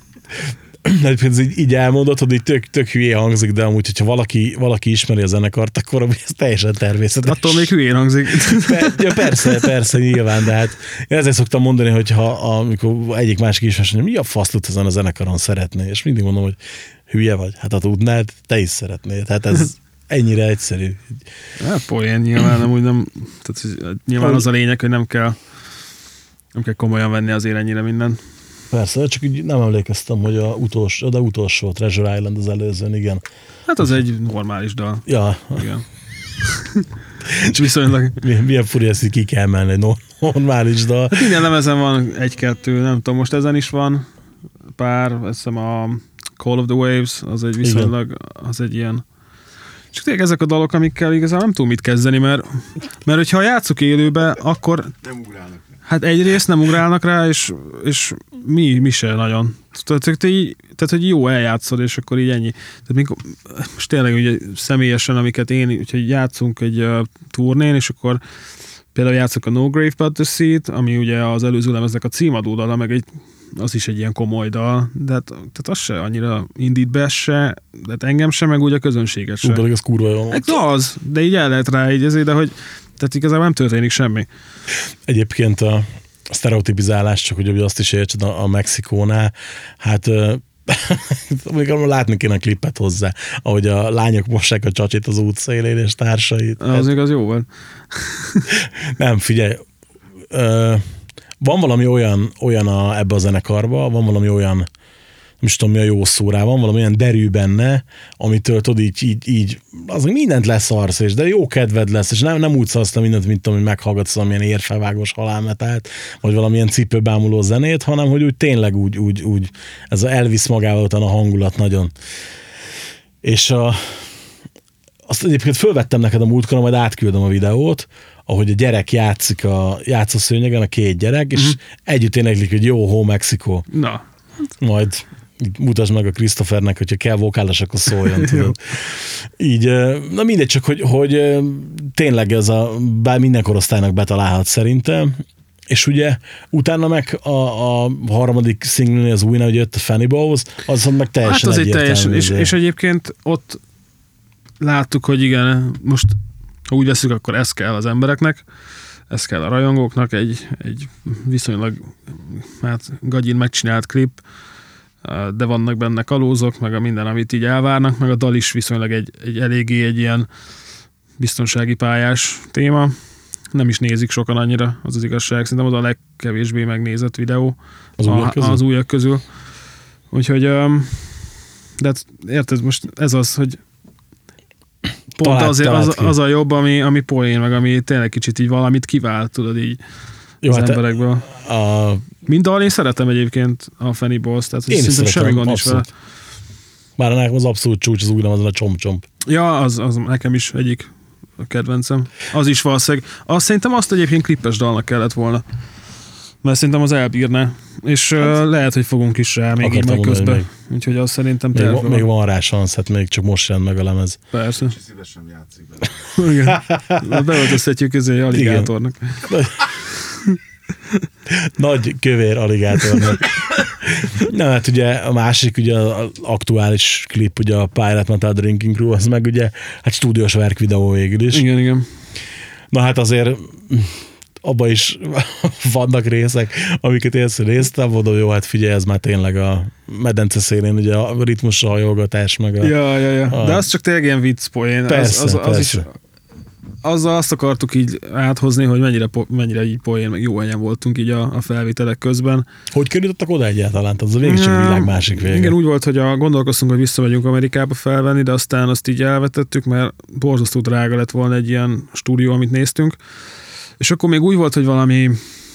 Így elmondod, hogy így tök hülyé hangzik, de amúgy, hogyha valaki ismeri a zenekart, akkor ez teljesen természetes. Attól még hülyén hangzik. Persze, nyilván, de hát én ezért szoktam mondani, hogy amikor egyik másik ismer, hogy mi a fasz tud ezen a zenekaron szeretné, és mindig mondom, hogy hülye vagy, hát ha tudnád, te is szeretnéd. Hát ez ennyire egyszerű. Hát poén nyilván nem. Tehát nyilván az a lényeg, hogy nem kell komolyan venni azért ennyire minden. Persze, csak így nem emlékeztem, hogy de utolsó Treasure Island az előzőn, igen. Hát az egy normális dal. Ja. Igen. És viszonylag... Milyen furi, ezt ki kell menni, egy normális dal. Hát minden lemezen van egy-kettő, nem tudom, most ezen is van pár, azt hiszem a Call of the Waves, az egy viszonylag, az egy ilyen... Csak tényleg ezek a dalok, amikkel igazából nem tudom mit kezdeni, mert hogyha játszok élőbe, akkor... Nem ugrálnak rá. Hát egyrészt nem ugrálnak rá, és mi se nagyon. Tehát, hogy jó eljátszod, és akkor így ennyi. Tehát most tényleg ugye személyesen, amiket úgyhogy játszunk egy turnén, és akkor például játszok a No Grave But The Seed, ami ugye az előző lemeznek a címadó dala, meg az is egy ilyen komoly dal, de tehát az se annyira indít be se, de engem sem, meg úgy a közönséget se. Pedig az kurva jó. Az, de így el lehet rá így ezért, de hogy tehát igazából nem történik semmi. Egyébként a sztereotipizálás, csak hogy azt is értsed a Mexikónál, hát még látni kéne a klippet hozzá, ahogy a lányok mossák a csacsit az útszélén és társait. Az igaz jó volt. Nem, figyelj, van valami olyan ebbe a zenekarba, van valami olyan, nem is tudom mi a jó szó rá, van valami olyan derű benne, amitől tudod így az mindent leszarsz, és de jó kedved lesz, és nem úgy szarsz mindent, mint tudom, hogy meghallgatsz valamilyen érfelvágós halálmetált, vagy valamilyen cipőbámuló zenét, hanem hogy úgy tényleg úgy ez elvisz magával utána a hangulat nagyon. És azt egyébként fölvettem neked a múltkor, majd átküldöm a videót, ahogy a gyerek játsz a szőnyegen, a két gyerek, és együtt éneklik, hogy jó, hó, Mexikó. Na. Majd mutasd meg a Christophernek, hogyha kell vokálos, akkor szóljon, tudod. Így, na mindegy, csak hogy tényleg ez bár minden korosztálynak betalálhat szerintem, és ugye utána meg a harmadik szingli, az újnál, hogy jött a Fanny Balls, az meg teljesen hát az egyértelmű. És egyébként ott láttuk, hogy igen, most ha úgy veszük, akkor ez kell az embereknek, ez kell a rajongóknak, egy viszonylag gagyin megcsinált klip, de vannak benne kalózok, meg a minden, amit így elvárnak, meg a dal is viszonylag egy eléggé egy ilyen biztonsági pályás téma. Nem is nézik sokan annyira, az az igazság. Szerintem az a legkevésbé megnézett videó az újak közül. Úgyhogy, de hát, érted, most ez az, hogy pont az a jobb, ami poén, meg ami tényleg kicsit így valamit kivált, tudod így jó, az emberekből. Mind dal, én szeretem egyébként a Fanny Balls, tehát én szinte semmi gond is vele. Bár nekem az abszolút csúcs, az úgy nem az a csomp-csomp. Ja, az nekem is egyik a kedvencem. Az is valószínűleg. Szerintem azt egyébként klippes dalnak kellett volna. Mert szerintem az elbírná. És lehet, hogy fogunk is rá még így meg közben. Úgyhogy azt szerintem még van rá szansz, hát még csak most jelent meg a lemez. Persze. És szívesen játszik bele. Igen. Beöltözhetjük közé aligátornak. Nagy kövér aligátornak. Na hát ugye a másik, ugye az aktuális klip, ugye a Pirate Metal Drinking Crew, az meg ugye hát stúdiós verk videó végül is. Igen. Na hát azért abban is vannak részek, amiket én néztem, mondom, jó, hát figyelj, ez már tényleg a medence szélén, ugye a ritmusra hajolgatás, meg a... Ja. De az csak tényleg ilyen vicc poén. Persze. Is, azzal azt akartuk így áthozni, hogy mennyire így poén, meg jó helyen voltunk így a felvételek közben. Hogy kerültek oda egyáltalán? Az a végig csak a világ másik vége. Igen, úgy volt, hogy gondolkoztunk, hogy visszamegyünk Amerikába felvenni, de aztán azt így elvetettük, mert borzasztó drága lett volna egy ilyen stúdió, amit néztünk. És akkor még úgy volt, hogy valami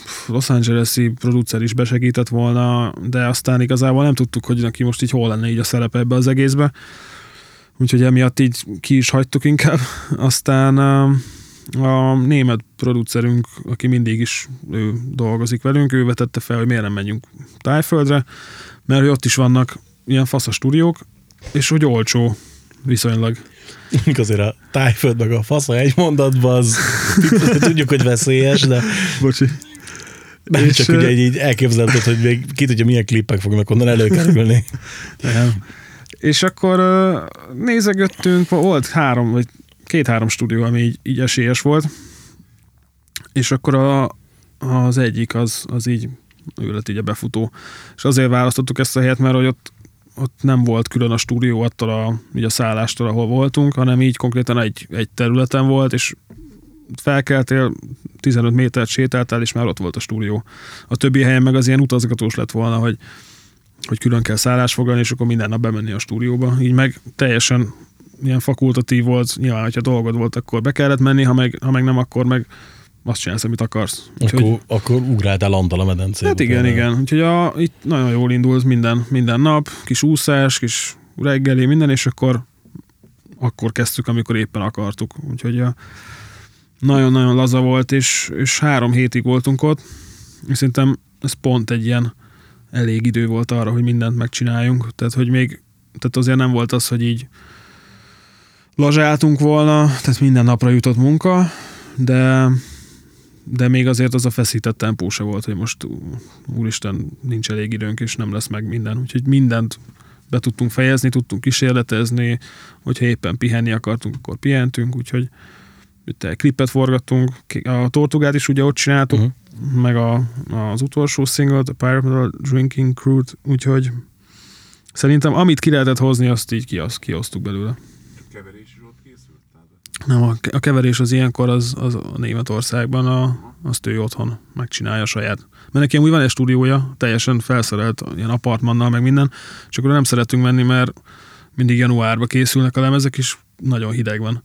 Los Angeles-i producer is besegített volna, de aztán igazából nem tudtuk, hogy neki most így hol lenne így a szerepe ebbe az egészbe. Úgyhogy emiatt így ki is hagytuk inkább. Aztán a német producerünk, aki mindig is ő dolgozik velünk, ő vetette fel, hogy miért nem menjünk Tájföldre, mert hogy ott is vannak ilyen fasz a stúdiók, és hogy olcsó viszonylag. Azért a Tájföld meg a fasz, egy mondatban, az tudjuk, hogy veszélyes, de Bocsi. nem és csak ugye így elképzelted, hogy még ki tudja, milyen klippek fognak onnan előkerülni. És akkor nézegettünk, volt 2-3 stúdió, ami így esélyes volt, és akkor az egyik az így ő lett így a befutó. És azért választottuk ezt a helyet, mert hogy ott nem volt külön a stúdió attól így a szállástól, ahol voltunk, hanem így konkrétan egy területen volt, és felkeltél, 15 métert sétáltál, és már ott volt a stúdió. A többi helyen meg az ilyen utazgatós lett volna, hogy külön kell szállást foglalni, és akkor minden nap bemenni a stúdióba. Így meg teljesen ilyen fakultatív volt, nyilván, hogyha dolgod volt, akkor be kellett menni, ha meg nem, akkor meg azt csinálsz, amit akarsz. Akkor ugráltál Antal a medencébe. Hát igen. Úgyhogy itt nagyon jól indult minden nap, kis úszás, kis reggeli, minden, és akkor kezdtük, amikor éppen akartuk. Úgyhogy nagyon-nagyon laza volt, és 3 hétig voltunk ott, és szerintem ez pont egy ilyen elég idő volt arra, hogy mindent megcsináljunk. Tehát azért nem volt az, hogy így lazsáltunk volna, tehát minden napra jutott munka, de még azért az a feszített tempó se volt, hogy most úristen, nincs elég időnk, és nem lesz meg minden. Úgyhogy mindent be tudtunk fejezni, tudtunk kísérletezni, hogyha éppen pihenni akartunk, akkor pihentünk, úgyhogy klippet forgattunk, a Tortugát is ugye ott csináltuk, meg az utolsó singlet, a Pirate Metal Drinking Crew-t, úgyhogy szerintem amit ki lehetett hozni, azt így kihoztuk belőle. Keverés is ott készült? Nem, a keverés az ilyenkor az Németországban, azt ő otthon megcsinálja saját. Mert neki amúgy van egy stúdiója, teljesen felszerelt ilyen apartmannal, meg minden, csak akkor nem szeretünk menni, mert mindig januárba készülnek a lemezek, és nagyon hideg van.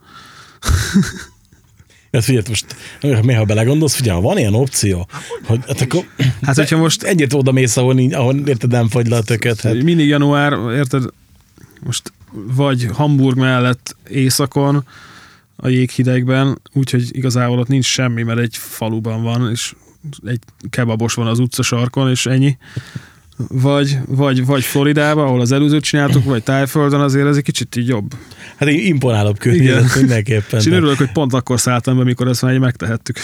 Hát figyelj, most ha belegondolsz, figyelj, van ilyen opció, hogy akkor hogyha most egyet oda mész, ahol érted, nem fagy le a tököt. Hát. Mindig január, érted, most vagy Hamburg mellett északon, a jéghidegben, úgyhogy igazából ott nincs semmi, mert egy faluban van, és egy kebabos van az utcasarkon, és ennyi. Vagy Floridában, ahol az előzőt csináltuk, vagy Tájföldön, azért ez egy kicsit így jobb. Hát egy imponálóbb környezet mindenképpen. És én örülök, hogy pont akkor szálltam be, mikor ezt már így megtehettük.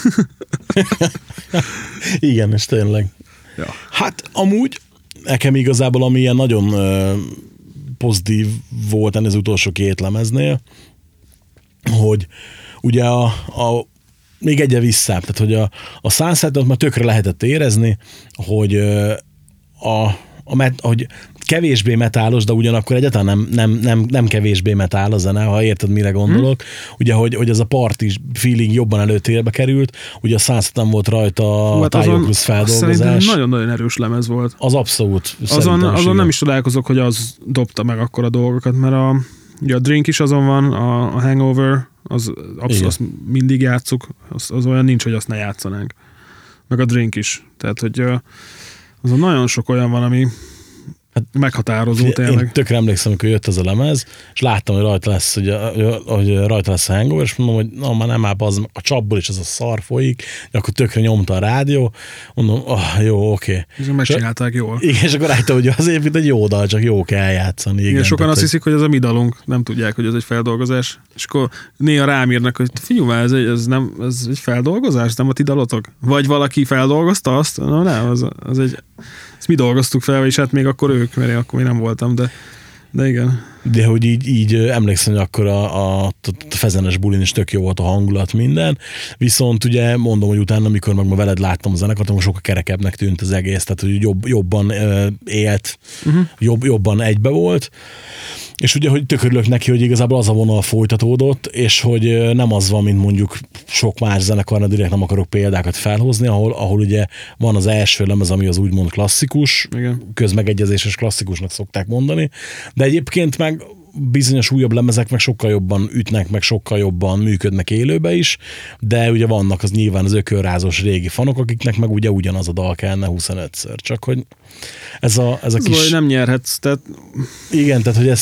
Igen, és tényleg. Ja. Hát amúgy nekem igazából ami ilyen nagyon pozitív volt ennél az utolsó 2 lemeznél, hogy ugye még egyen visszább, tehát hogy a Sunset-ot már tökre lehetett érezni, hogy hogy kevésbé metálos, de ugyanakkor egyáltalán nem kevésbé metál a zene, ha érted, mire gondolok. Ugye, hogy ez a party feeling jobban előtérbe került, ugye a Sunset-en volt rajta a Tajokrusz feldolgozás. Szerintem nagyon-nagyon erős lemez volt. Az abszolút. Azon nem is találkozok, hogy az dobta meg akkor a dolgokat, mert ugye a Drink is azon van, a Hangover, az abszolút azt mindig játsszuk, az olyan nincs, hogy azt ne játszanánk. Meg a Drink is. Tehát, hogy azon nagyon sok olyan van, ami meghatározó tényleg. Én tökre emlékszem, amikor jött ez a lemez, és láttam, hogy rajta lesz, hogy rajta lesz a Hangover, és mondom, hogy már nem áll a csapból is ez a szar folyik, akkor tökre nyomta a rádió, mondom, jó, oké. És megcsinálták jól. Igen, és akkor rájta, hogy az épít egy jó dal, csak jó kell eljátszani. Igen, sokan azt hiszik, hogy ez a mi dalunk, nem tudják, hogy ez egy feldolgozás, és akkor néha rám írnak, hogy figyelj már, ez egy feldolgozás, nem a ti dalotok? Vagy valaki feldolgozta azt? No, nem, ezt mi dolgoztuk fel, és hát még akkor ők, mert akkor még nem voltam, de igen. De hogy így emlékszem, hogy akkor a Fezenes bulin is tök jó volt a hangulat, minden, viszont ugye mondom, hogy utána, amikor meg ma veled láttam a zenekart, akkor sokkal kerekebbnek tűnt az egész, tehát hogy jobban élt, jobban egybe volt, és ugye, hogy tök örülök neki, hogy igazából az a vonal folytatódott, és hogy nem az van, mint mondjuk sok más zenekarnál, direkt nem akarok példákat felhozni, ahol ugye van az első lemez, ami az úgymond klasszikus, közmegegyezéses klasszikusnak szokták mondani, de egyébként meg bizonyos újabb lemezek meg sokkal jobban ütnek, meg sokkal jobban működnek élőbe is, de ugye vannak az nyilván az ökölrázós régi fanok, akiknek meg ugye ugyanaz a dal kellene 25-ször. Csak hogy ez a kis... Vagy nem nyerhetsz, tehát... Igen, tehát hogy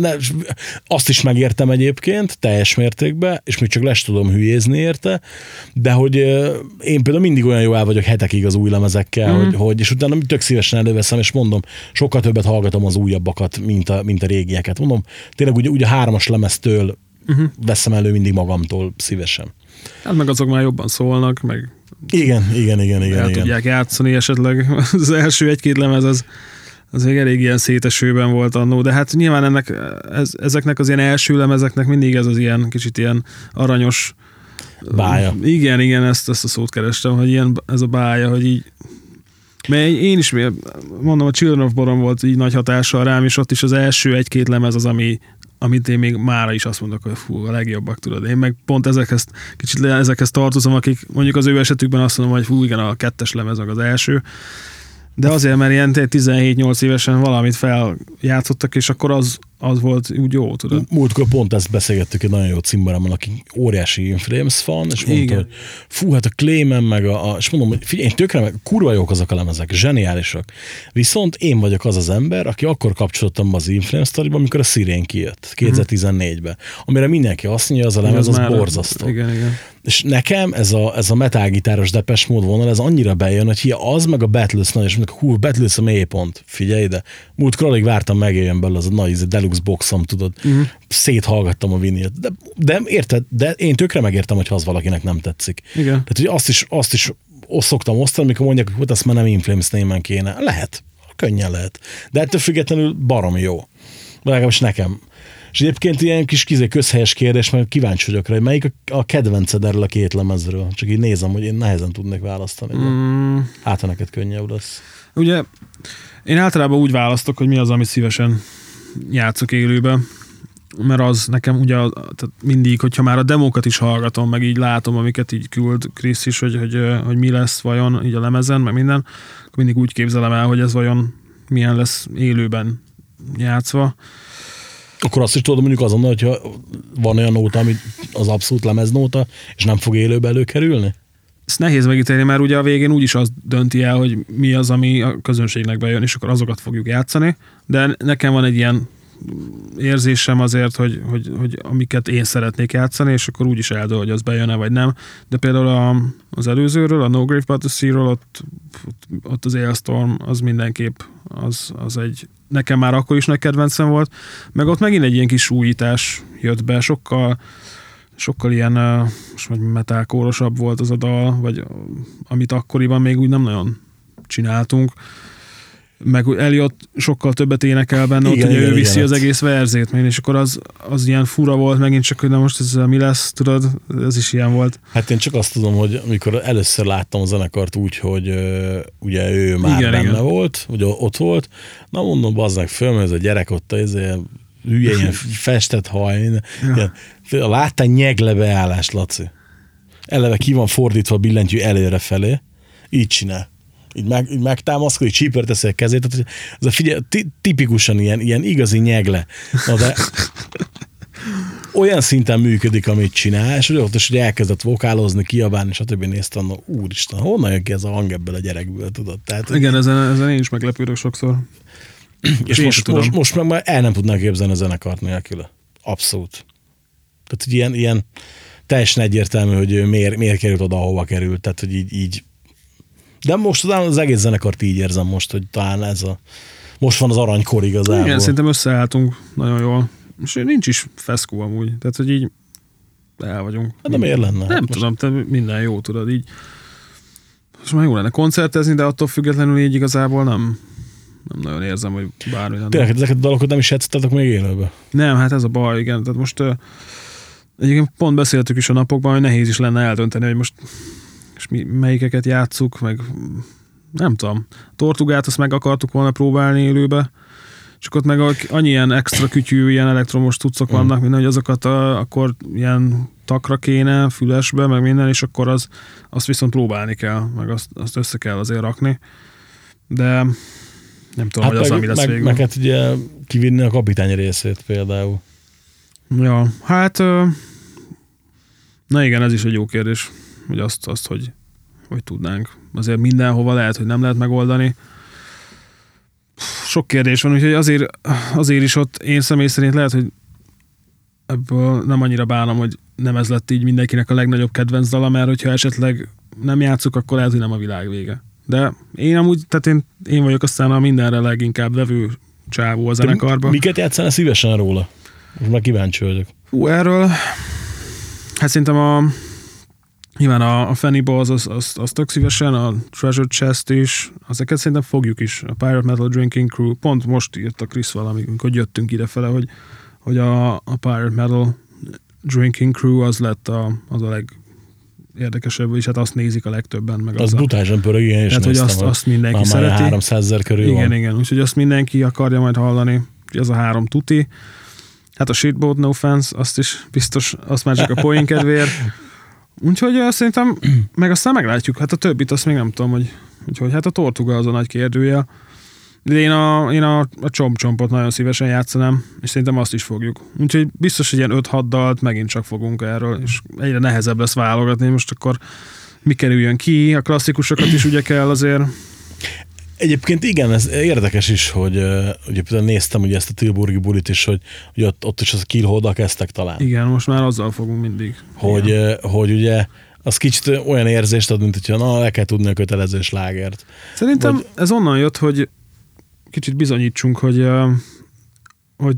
azt is megértem egyébként teljes mértékben, és még csak lesz tudom hülyézni érte, de hogy én például mindig olyan jó el vagyok hetekig az új lemezekkel, hogy és utána tök szívesen előveszem, és mondom, sokkal többet hallgatom az újabbakat, mint a régieket. Mondom, tényleg ugye a 3-as lemeztől veszem elő mindig magamtól szívesen. Hát meg azok már jobban szólnak, meg Igen. tudják játszani esetleg. Az első 1-2 lemez az még elég ilyen szétesőben volt annó, de hát nyilván ezeknek az ilyen első lemezeknek mindig ez az ilyen kicsit ilyen aranyos bája. Igen, ezt a szót kerestem, hogy ilyen ez a bája, hogy így mert én is mondom, a Children of Bodom volt így nagy hatással rám, és ott is az első 1-2 lemez az, amit én még mára is azt mondok, hogy fú, a legjobbak, tudod. Én meg pont ezekhez tartozom, akik mondjuk az ő esetükben azt mondom, hogy fú, igen, a 2-es lemez meg az első. De azért, mert ilyen 17-8 évesen valamit feljátszottak, és akkor az volt úgy jó, tudod. Múltkor pont ezt beszélgettük egy nagyon jó cimborámmal, aki óriási In Flames fan, és mondta, igen, hogy fú, hát a Clayman meg és mondom, hogy figyelj, én tökre meg, kurva jók azok a lemezek, zseniálisak. Viszont én vagyok az az ember, aki akkor kapcsoltam az In Flames sztoriba, amikor a Sirén kijött, 2014-ben. Amire mindenki azt mondja, az a lemez az borzasztó. Igen. És nekem ez a metalgitáros Depeche Mode vonal, ez annyira bejön, hogy az meg a Beatles, és mondjuk, hú, Beatles a mélypont, figyelj ide. Múltkor alig vártam megjöjjön belőle az a nagy deluxe boxom, tudod. Széthallgattam a vinilt. De érted, de én tökre megértem, hogy az valakinek nem tetszik. Igen. Tehát, hogy azt is szoktam osztani, amikor mondják, hogy azt már nem In Flames némen kéne. Lehet, könnyen lehet. De ettől függetlenül baromi jó. Legalábbis nekem. És egyébként ilyen kis közhelyes kérdés, mert kíváncsi vagyok rá, hogy melyik a kedvenced erről a 2 lemezről? Csak így nézem, hogy én nehezen tudnék választani. Hát, ha neked könnyebb lesz. Ugye, én általában úgy választok, hogy mi az, amit szívesen játszok élőben, mert az nekem ugye tehát mindig, hogyha már a demókat is hallgatom, meg így látom, amiket így küld Krisz is, hogy mi lesz vajon így a lemezen, meg minden, akkor mindig úgy képzelem el, hogy ez vajon milyen lesz élőben játszva. Akkor azt is tudod mondjuk azonnal, hogyha van olyan nóta, ami az abszolút lemeznóta, és nem fog élőbe előkerülni? Ezt nehéz megítélni, mert ugye a végén úgyis az dönti el, hogy mi az, ami a közönségnek bejön, és akkor azokat fogjuk játszani. De nekem van egy ilyen érzésem azért, hogy amiket én szeretnék játszani, és akkor úgyis eldől, hogy az bejön-e vagy nem. De például az előzőről, a No Grave But to See-ről, ott az Ailstorm, az mindenképp az egy, nekem már akkor is nagy kedvencem volt, meg ott megint egy ilyen kis újítás jött be, sokkal ilyen most vagy metalkórosabb volt az a dal, vagy amit akkoriban még úgy nem nagyon csináltunk. Meg Elliot sokkal többet énekel benne, igen, ott ugye ő viszi az egész verzét, és akkor az ilyen fura volt megint, csak hogy na most ez mi lesz, tudod, ez is ilyen volt. Hát én csak azt tudom, hogy amikor először láttam a zenekart úgy, hogy ugye ő már benne volt, ugye ott volt, na mondom, bazdmeg föl, ez a gyerek ott hülye, ilyen festett haj, ilyen, láttál nyegle beállást, Laci. Eleve ki van fordítva a billentyű előrefelé, így csinál. Így megtámaszkodik, csípőre teszi a kezét, tehát ez a figyelj, tipikusan ilyen igazi nyegle. Na de olyan szinten működik, amit csinál, és ott is elkezdett vokálozni, kiabálni, stb. Néztem, na úristen, honnan jön ki ez a hang ebből a gyerekből, tudod? Tehát, igen, ezen én is meglepődök sokszor. És most meg már el nem tudnák képzelni a zenekart nélkül. Abszolút. Tehát, hogy ilyen teljesen egyértelmű, hogy miért került oda, ahova került. Tehát, hogy így. De most az egész zenekart így érzem most, hogy talán most van az aranykor igazából. Igen, szerintem összeálltunk nagyon jól. És nincs is feszkó amúgy. Tehát, hogy így el vagyunk. Hát de miért lenne? Nem tudom, te minden jó, tudod, így. Most már jó lenne koncertezni, de attól függetlenül így igazából nem nagyon érzem, hogy bármi lenne. Tényleg, ezeket a dalokat nem is játszottatok még élőben? Nem, hát ez a baj, igen. Tehát most egyébként pont beszéltük is a napokban, hogy nehéz is lenne eldönteni, hogy most és melyikeket játsszuk, meg nem tudom. Tortugát azt meg akartuk volna próbálni élőbe, csak ott meg annyi ilyen extra kütyű, ilyen elektromos cuccok vannak, minden, hogy azokat akkor ilyen takra kéne, fülesbe, meg minden, és akkor azt viszont próbálni kell, meg azt össze kell azért rakni. De nem tudom, hát hogy az, ami lesz végül. Meg hát ugye kivinni a kapitány részét például. Ja, hát na igen, ez is egy jó kérdés, hogy azt hogy tudnánk. Azért mindenhova lehet, hogy nem lehet megoldani. Sok kérdés van, úgyhogy azért is ott én személy szerint lehet, hogy ebből nem annyira bánom, hogy nem ez lett így mindenkinek a legnagyobb kedvenc dala, mert hogyha esetleg nem játszuk, akkor lehet, hogy nem a világ vége. De én amúgy, tehát én vagyok aztán a mindenre leginkább vevő csávó a zenekarban. Miket játszana szívesen róla? Most már kíváncsi vagyok. Erről, hát szerintem nyilván a Fanny Balls az tök szívesen, a Treasure Chest is, ezeket szerintem fogjuk is. A Pirate Metal Drinking Crew, pont most írta Chris valami, amikor jöttünk idefele, hogy a Pirate Metal Drinking Crew az lett az a legérdekesebb, és hát azt nézik a legtöbben. Meg az brutálisan pörög, igen, és tehát, hogy azt mindenki szereti. 300 000 körül igen, van. Igen, úgyhogy azt mindenki akarja majd hallani. Ez a 3 tuti. Hát a Shitboat No Fans, azt is biztos, azt már csak a poén kedvéért. Úgyhogy szerintem, meg aztán meglátjuk, hát a többit azt még nem tudom, hogy hát a Tortuga az a nagy kérdője. De én a Csomp-Csompot nagyon szívesen játszanám, és szerintem azt is fogjuk. Úgyhogy biztos, hogy ilyen 5-6 dalt megint csak fogunk erről, és egyre nehezebb lesz válogatni, most akkor mi kerüljön ki, a klasszikusokat is ugye kell azért. Egyébként igen, ez érdekes is, hogy ugye például néztem ugye ezt a Tilburgi bulit is, hogy ott is az a Killhold-dal kezdtek talán. Igen, most már azzal fogunk mindig. Hogy ugye az kicsit olyan érzést ad, mint hogyha le kell tudni a kötelező slágert. Szerintem ez onnan jött, hogy kicsit bizonyítsunk, hogy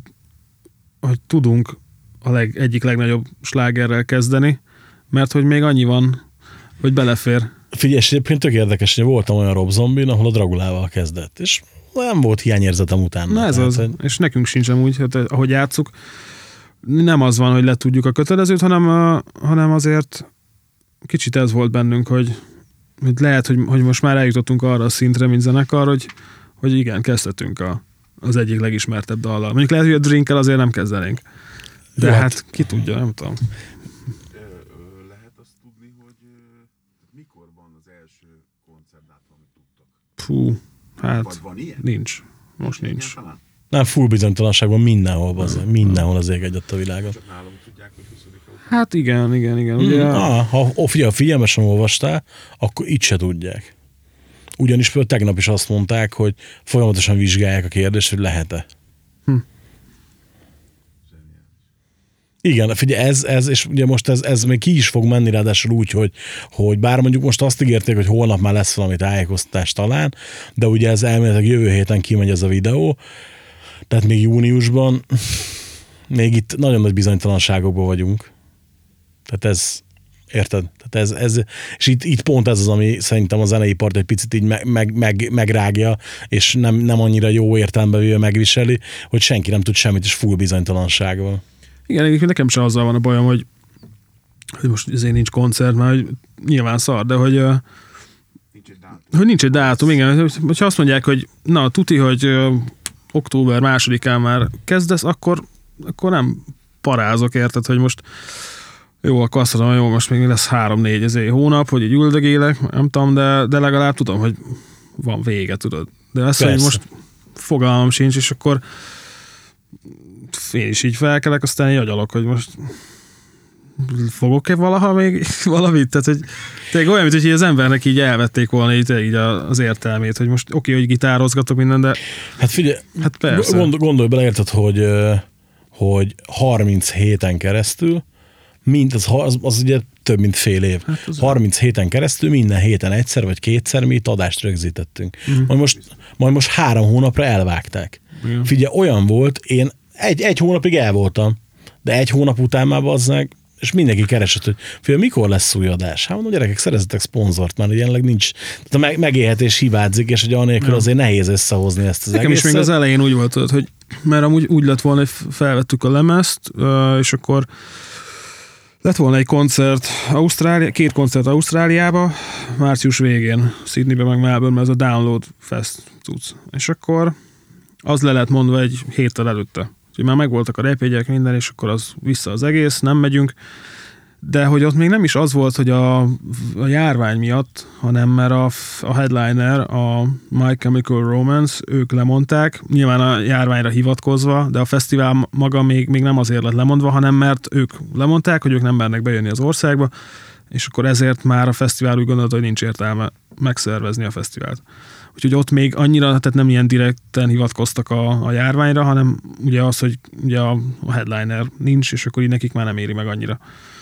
tudunk egyik legnagyobb slágerrel kezdeni, mert hogy még annyi van, hogy belefér. Figyelj, egyébként tök érdekes, hogy voltam olyan Rob Zombie-n, ahol a Dragulával kezdett, és nem volt hiányérzetem utána. Na ez az, és nekünk sincs amúgy, ahogy játsszuk, nem az van, hogy letudjuk a kötelezőt, hanem azért kicsit ez volt bennünk, hogy lehet, hogy most már eljutottunk arra a szintre, mint zenekar, hogy igen, kezdhetünk az egyik legismertebb dallal. Mondjuk lehet, hogy a Drinkkel azért nem kezdenénk. De hát ki tudja, nem tudom. Lehet azt tudni, hogy mikor van az első koncertdátum, amit tudtok? Fú, hát Van ilyen? nincs. Most nincs. Talán? Nem, full bizonytalanságban mindenhol, mindenhol az ég egyet a világon. Csak nálunk tudják, hogy 20-a. Hát igen. Ugye, Ha figyelmesen olvastál, akkor itt se tudják. Ugyanis például tegnap is azt mondták, hogy folyamatosan vizsgálják a kérdést, hogy lehet-e. Igen, figyelj, ez és ugye most ez még ki is fog menni, ráadásul úgy, hogy bár mondjuk most azt ígérték, hogy holnap már lesz valami tájékoztatás talán, de ugye ez elméletileg jövő héten kimegy ez a videó, tehát még júniusban még itt nagyon nagy bizonytalanságokban vagyunk. Tehát ez, érted? Tehát ez és itt pont ez az, ami szerintem a zeneipart egy picit így megrágja, és nem annyira jó értelembe véve megviseli, hogy senki nem tud semmit, és full bizonytalanság van. Igen, egyébként nekem sem azzal van a bajom, hogy most ezért nincs koncert, mert hogy nyilván szar, de hogy nincs egy dátum, igen. Hogyha azt mondják, hogy na, tuti, hogy október 2-án már kezdesz, akkor nem parázok, érted, hogy most jó, akkor azt mondom, jó, most még lesz 3-4 hónap, hogy így üldögélek, nem tudom, de legalább tudom, hogy van vége, tudod. De azt, hogy most fogalmam sincs, és akkor én is így felkelek, aztán így agyalok, hogy most fogok-e valaha még valamit? Tehát, hogy tényleg olyan, mint hogy az embernek így elvették volna így az értelmét, hogy most oké, hogy gitározgatok minden, de hát figyelj, hát persze. Gondolj bele, érted, hogy 30 héten keresztül, az ugye több mint fél év. Hát 30 héten keresztül minden héten egyszer vagy kétszer mi itt adást rögzítettünk. Majd most 3 hónapra elvágták. Figyelj, olyan volt, én egy hónapig el voltam, de 1 hónap után már bazzák, és mindenki keresett, hogy figyelj, mikor lesz új adás? Hát mondom, gyerekek, szerezzetek szponzort, mert jelenleg nincs. Tehát a megélhetés hibázik, és hogy anélkül azért nehéz összehozni ezt az nekem egészet. Is még az elején úgy volt, hogy mert amúgy úgy lett volna, hogy felvettük a lemezt, és akkor lett volna egy koncert 2 koncert Ausztráliába, március végén, Sydneyben meg Melbourne, ez a Download Fest tudsz. És akkor az le lett mondva egy héttel előtte. Úgyhogy már megvoltak a repjegyek, minden, és akkor az vissza az egész, nem megyünk. De hogy ott még nem is az volt, hogy a járvány miatt, hanem mert a headliner, a My Chemical Romance, ők lemondták, nyilván a járványra hivatkozva, de a fesztivál maga még nem azért lett lemondva, hanem mert ők lemondták, hogy ők nem mernek bejönni az országba, és akkor ezért már a fesztivál úgy gondolta, hogy nincs értelme megszervezni a fesztivált. Úgyhogy ott még annyira, tehát nem ilyen direkten hivatkoztak a járványra, hanem ugye az, hogy ugye a headliner nincs, és akkor így nekik már nem éri meg annyira.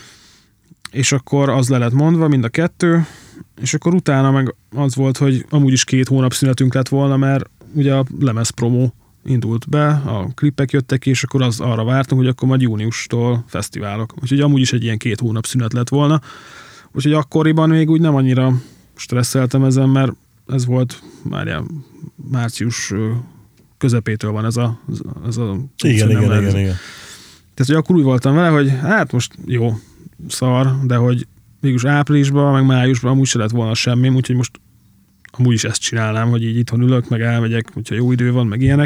És akkor az le lett mondva, mind a kettő, és akkor utána meg az volt, hogy amúgy is 2 hónap szünetünk lett volna, mert ugye a lemez promó indult be, a klipek jöttek ki, és akkor arra vártunk, hogy akkor majd júniustól fesztiválok. Úgyhogy amúgy is egy ilyen 2 hónap szünet lett volna. Úgyhogy akkoriban még úgy nem annyira stresszeltem ezen, mert ez volt már március közepétől van ez a Igen. Tehát, hogy akkor úgy voltam vele, hogy hát most jó, szar, de hogy mégis áprilisban, meg májusban amúgy se lett volna semmi, úgyhogy most amúgy is ezt csinálnám, hogy így itthon ülök, meg elmegyek, hogyha jó idő van, meg ilyenek.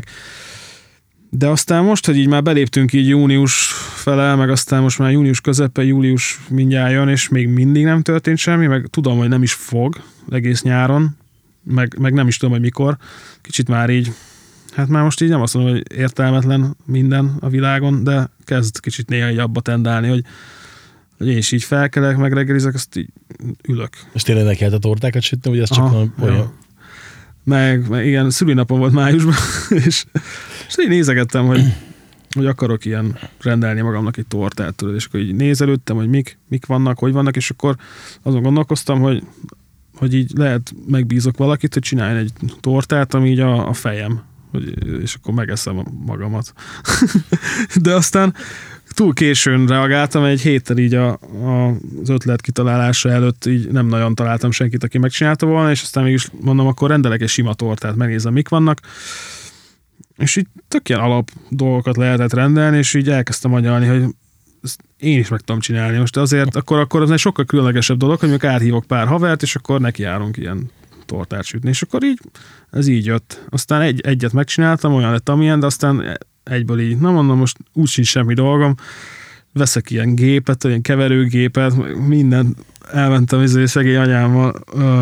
De aztán most, hogy így már beléptünk így június fele, meg aztán most már június közepe, július mindjárt jön, és még mindig nem történt semmi, meg tudom, hogy nem is fog egész nyáron, meg nem is tudom, hogy mikor. Kicsit már így, hát már most így nem azt mondom, hogy értelmetlen minden a világon, de kezd kicsit néha így abba tendálni, hogy én is így felkelek, meg reggelizek, azt így ülök. És tényleg neki a tortákat sütni, vagy ez csak olyan? Ja. Meg igen, szülinapom volt májusban, és így nézegettem, hogy akarok ilyen rendelni magamnak egy tortát, tudod, és akkor így nézelődtem, hogy mik vannak, hogy vannak, és akkor azon gondolkoztam, hogy így lehet megbízok valakit, hogy csináljon egy tortát, ami így a fejem, és akkor megeszem magamat. De aztán túl későn reagáltam, egy héttel így az ötlet kitalálása előtt így nem nagyon találtam senkit, aki megcsinálta volna, és aztán mégis mondom, akkor rendelek egy sima tortát, megnézem, mik vannak, és így tök ilyen alap dolgokat lehetett rendelni, és így elkezdtem agyalni, hogy ezt én is meg tudom csinálni. Most azért akkor az egy sokkal különlegesebb dolog, hogy mondjuk áthívok pár havert, és akkor nekiárunk ilyen tortát sütni, és akkor így ez így jött. Aztán egyet megcsináltam, olyan lett amilyen, de aztán egyből így, na mondom, most úgy sincs semmi dolgom, veszek ilyen gépet, ilyen keverőgépet, minden, elmentem szegény anyámmal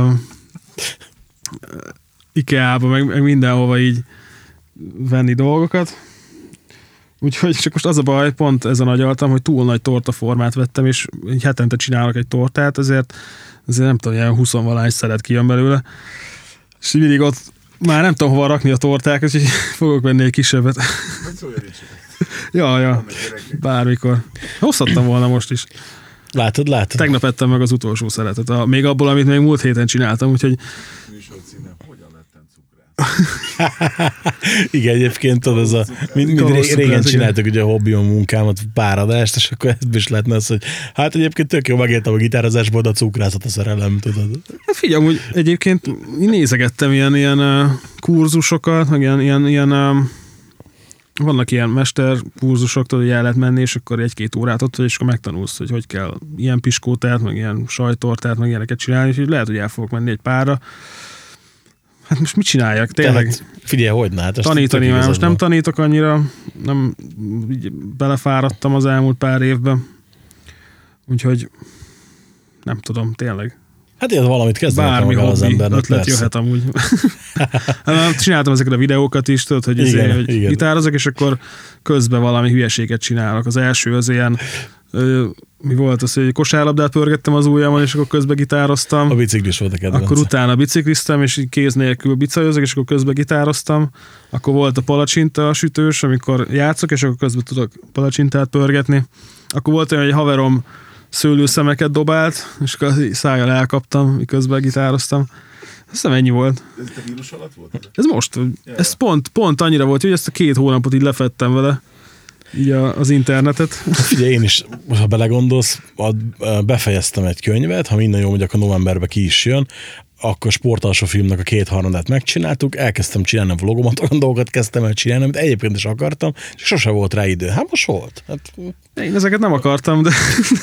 IKEA-ba, meg mindenhova így venni dolgokat. Úgyhogy csak most az a baj, pont ezen agyaltam, hogy túl nagy tortaformát vettem, és egy hetente csinálok egy tortát, ezért nem tudom, ilyen 20-valány szelet kijön belőle. És mindig ott már nem tudom hova rakni a tortákat, úgyhogy fogok venni egy kisebbet. Vagy szóljon is. Ja, bármikor. Hozhattam volna most is. Látod? Tegnap ettem meg az utolsó szeletet. Még abból, amit még múlt héten csináltam, úgyhogy... Műsor címe, hogyan lettem cukrász? Igen, egyébként tudod, ez a... Régen csináltak ugye a hobbion munkámat, páradást, és akkor ezt is lehetne az, hogy hát egyébként tök jó megértem a gitározásból, de a cukrászat a szerelem, tudod. Hát figyelj, hogy egyébként nézegettem ilyen kurzusokat, meg ilyen vannak ilyen mesterkurzusok, tudod, hogy el lehet menni, és akkor 1-2 órát ott vagy, és akkor megtanulsz, hogy kell ilyen piskótát, meg ilyen sajttortát, meg ilyeneket csinálni, és lehet, hogy el fogok menni egy párra. Hát most mit csináljak? Tényleg? Tehát, figyelj, hogyne? Hát tanítani már most nem tanítok annyira, nem belefáradtam az elmúlt pár évben. Úgyhogy nem tudom, tényleg. Hát ilyen valamit kezdenek bármi maga az embernek. Ötlet persze. Jöhet amúgy. Csináltam ezeket a videókat is, tudod, hogy, hogy gitározok, és akkor közben valami hülyeséget csinálok. Az első az ilyen, mi volt az, hogy kosárlabdát pörgettem az ujjamon, és akkor közben gitároztam. A biciklis volt a kedvenc. Akkor utána bicikliztem, és így kéz nélkül bicajozok, és akkor közben gitároztam. Akkor volt a palacsinta sütős, amikor játszok, és akkor közben tudok palacsintát pörgetni. Akkor volt olyan, hogy egy haverom szőlőszemeket dobált, és akkor szájjal elkaptam, miközben gitároztam. Azt hiszem ennyi volt. Ez a vírus alatt volt? Ez most. Ez pont annyira volt, hogy ezt a 2 hónapot így lefettem vele, így az internetet. Figyelj, én is, ha belegondolsz, befejeztem egy könyvet, ha minden jól megy, akkor novemberben ki is jön, akkor sportalsó filmnek a 2/3 megcsináltuk, elkezdtem csinálni a vlogomat, olyan dolgokat kezdtem el csinálni, amit egyébként is akartam, és sose volt rá idő. Hát most volt. Hát... Én ezeket nem akartam, de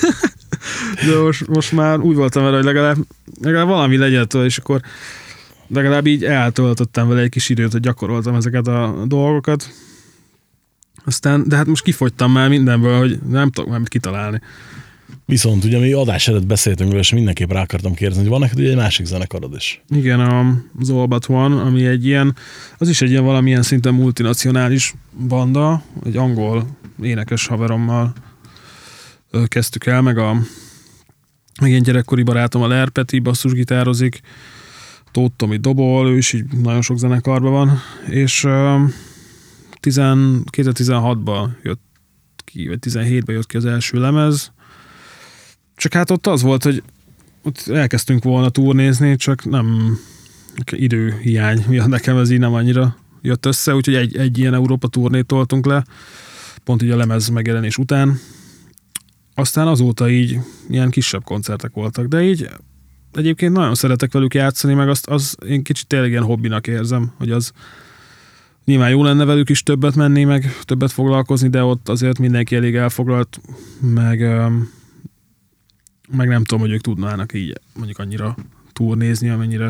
most már úgy voltam vele, hogy legalább valami legyen, és akkor legalább így eltöltöttem vele egy kis időt, hogy gyakoroltam ezeket a dolgokat. Aztán, de hát most kifogytam már mindenből, hogy nem tudok már mit kitalálni. Viszont ugye mi adás előtt beszéltünk, és mindenképp rá akartam kérdezni, hogy van neked ugye egy másik zenekarod is. Igen, az All But One, ami egy ilyen, az is egy ilyen valamilyen szinten multinacionális banda, egy angol énekes haverommal kezdtük el, meg ilyen gyerekkori barátom a Ler Peti basszusgitározik, Tóth Tomi dobol, ő is így nagyon sok zenekarban van, és 2016-ban jött ki, vagy 17-ben jött ki az első lemez, csak hát ott az volt, hogy ott elkezdtünk volna turnézni, csak nem időhiány miatt nekem ez így nem annyira jött össze, úgyhogy egy ilyen Európa turnét toltunk le, pont így a lemez megjelenés után. Aztán azóta így ilyen kisebb koncertek voltak, de így egyébként nagyon szeretek velük játszani, meg az én kicsit tényleg ilyen hobbinak érzem, hogy az nyilván jó lenne velük is többet menni, meg többet foglalkozni, de ott azért mindenki elég elfoglalt, meg nem tudom, hogy ők tudnának így mondjuk annyira turnézni,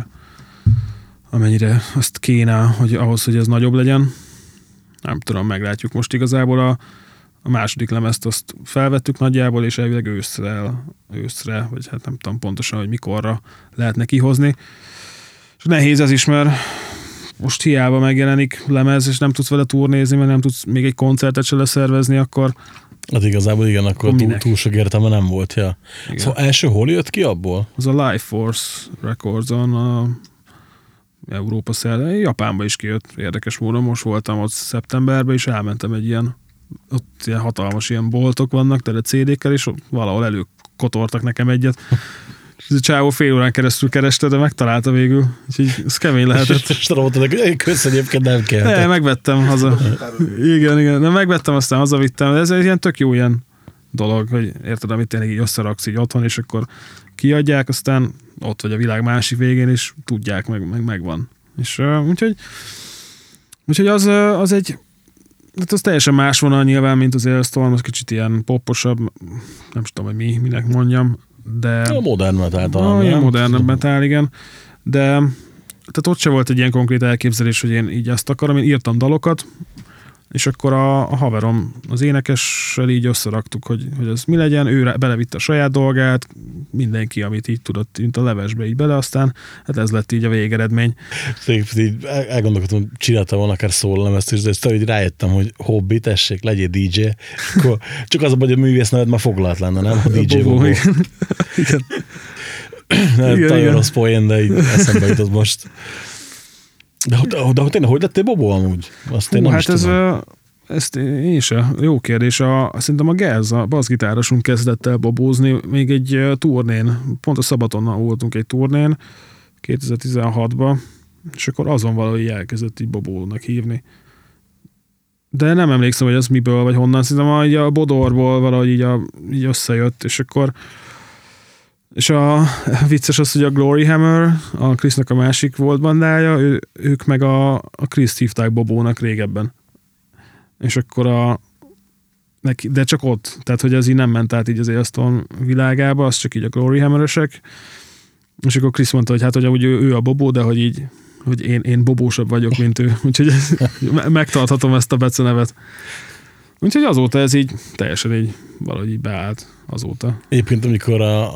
amennyire azt kéne, hogy ahhoz, hogy ez nagyobb legyen. Nem tudom, meglátjuk. Most igazából a második lemezt azt felvettük nagyjából, és elvileg őszre, vagy hát nem tudom pontosan, hogy mikorra lehetne kihozni. És nehéz ez is, mert most hiába megjelenik lemez, és nem tudsz vele turnézni, mert nem tudsz még egy koncertet se leszervezni, akkor Hát igazából igen, akkor túl sok értelme nem volt, ja. Igen. Szóval első hol jött ki abból? Az a Life Force Records-on a Európa szerte, Japánba is kijött, érdekes módon. Most voltam ott szeptemberben, és elmentem egy ott ilyen hatalmas ilyen boltok vannak, tele CD-kkel, és valahol előkotortak nekem egyet. És a csávó fél órán keresztül kereste, de megtalálta végül. Úgyhogy ez kemény lehetett. És mondtad, hogy kösz egyébként nem kell. Ne, megvettem haza. Igen. De megvettem, aztán hazavittem. Ez egy ilyen tök jó ilyen dolog, hogy érted, amit tényleg így összeraksz így otthon, és akkor kiadják, aztán ott vagy a világ másik végén, és tudják, meg megvan. És úgyhogy az egy, hát az teljesen más vonal nyilván, mint az Ailstorm, az kicsit ilyen popposabb, nem tudom, hogy minek mondjam, de... A modern metal talán. Ilyen modern metal, igen. De tehát ott se volt egy ilyen konkrét elképzelés, hogy én így ezt akarom, én írtam dalokat, és akkor a haverom, az énekessel így összeraktuk, hogy ez mi legyen, ő belevitte a saját dolgát, mindenki, amit így tudott, mint a levesbe így bele, aztán hát ez lett így a végeredmény. Így elgondolkodtam, csináltam volna akár szólallemezt is, de ezt így rájöttem, hogy hobbi, tessék, legyél DJ, akkor csak az a baj, hogy a művész neved már foglalt lenne, nem? A DJ Bobó. Igen. Nagyon rossz poén, de így eszembe jutott most. De tényleg, hogy lettél Bobó amúgy? Azt én nem is tudom. Ezt én sem. Jó kérdés. Szerintem a Gez, a basszgitárosunk kezdett el bobózni még egy turnén. Pont a Szabadonnal voltunk egy turnén 2016-ban, és akkor azon valahogy elkezdett így Bobónak hívni. De nem emlékszem, hogy az miből, vagy honnan. Szerintem a Bodorból valahogy így összejött, és akkor és a vicces az, hogy a Glory Hammer, a Chrisnek a másik volt bandája, ők meg a Christ hívták Bobónak régebben. És akkor de csak ott. Tehát, hogy ez így nem ment át így az Ailstorm világába, az csak így a Glory Hammer-ösek. És akkor Chris mondta, hogy hát, hogy ő a Bobó, de hogy így, hogy én bobósabb vagyok, mint ő. Úgyhogy megtarthatom ezt a becenevet. Úgyhogy azóta ez így teljesen így valahogy így beállt azóta. Egyébként amikor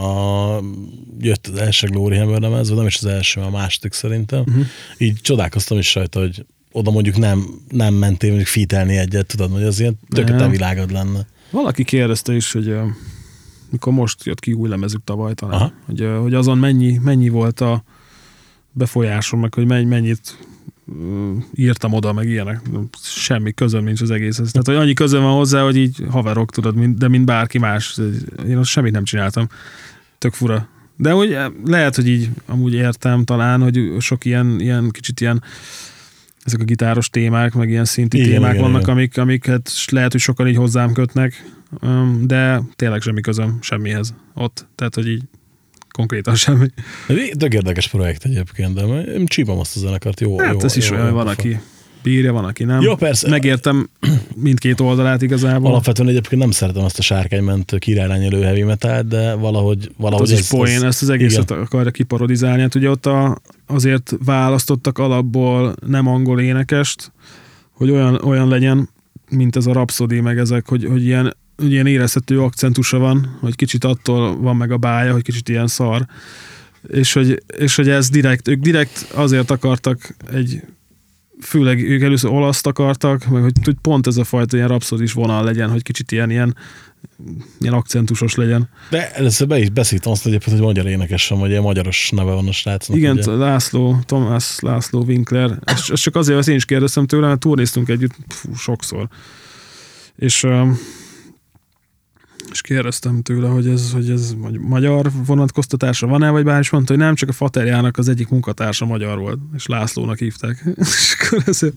jött az első Glory Hammer lemez, nem is az első, a második szerintem, így csodálkoztam is rajta, hogy oda mondjuk nem mentél mondjuk featelni egyet, tudod, hogy az ilyen tökéletes világod lenne. Valaki kérdezte is, hogy mikor most jött ki új lemezük tavaly talán, hogy azon mennyi volt a befolyásom, meg hogy mennyit írtam oda, meg ilyenek. Semmi közöm nincs az egészhez. Tehát, hogy annyi közöm van hozzá, hogy így haverok, tudod, de mint bárki más. Én azt semmit nem csináltam. Tök fura. De hogy lehet, hogy így amúgy értem talán, hogy sok ilyen kicsit ilyen ezek a gitáros témák, meg ilyen szinti témák vannak, amiket lehet, hogy sokan így hozzám kötnek, de tényleg semmi közöm semmihez ott. Tehát, hogy így konkrétan semmi. Tök érdekes projekt egyébként, de én csípom azt a zenekart. Jó, hát ez is olyan, van, aki bírja, van, aki nem. Jó, persze. Megértem mindkét oldalát igazából. Alapvetően egyébként nem szeretem azt a sárkányment királylányelő heavy metal, de valahogy ez is poén, ezt az egészet akarja kiparodizálni. Hát ugye ott azért választottak alapból nem angol énekest, hogy olyan legyen, mint ez a Rhapsody, meg ezek, hogy ilyen ilyen érezhető akcentusa van, hogy kicsit attól van meg a bája, hogy kicsit ilyen szar, és hogy ez ők direkt azért akartak főleg ők először olaszt akartak, meg hogy pont ez a fajta ilyen rapszodis vonal legyen, hogy kicsit ilyen akcentusos legyen. De először be is beszéltem azt egyébként, hogy magyar énekes van, vagy ilyen magyaros neve van a srácnak. Igen, ugye? Tomás László Winkler. Ez csak azért, ezt én is kérdeztem tőle, mert turnéztunk együtt sokszor. És kérdeztem tőle, hogy ez magyar vonatkoztatása van-e, vagy bár is mondta, hogy nem, csak a faterjának az egyik munkatársa magyar volt, és Lászlónak hívták. És akkor ezért...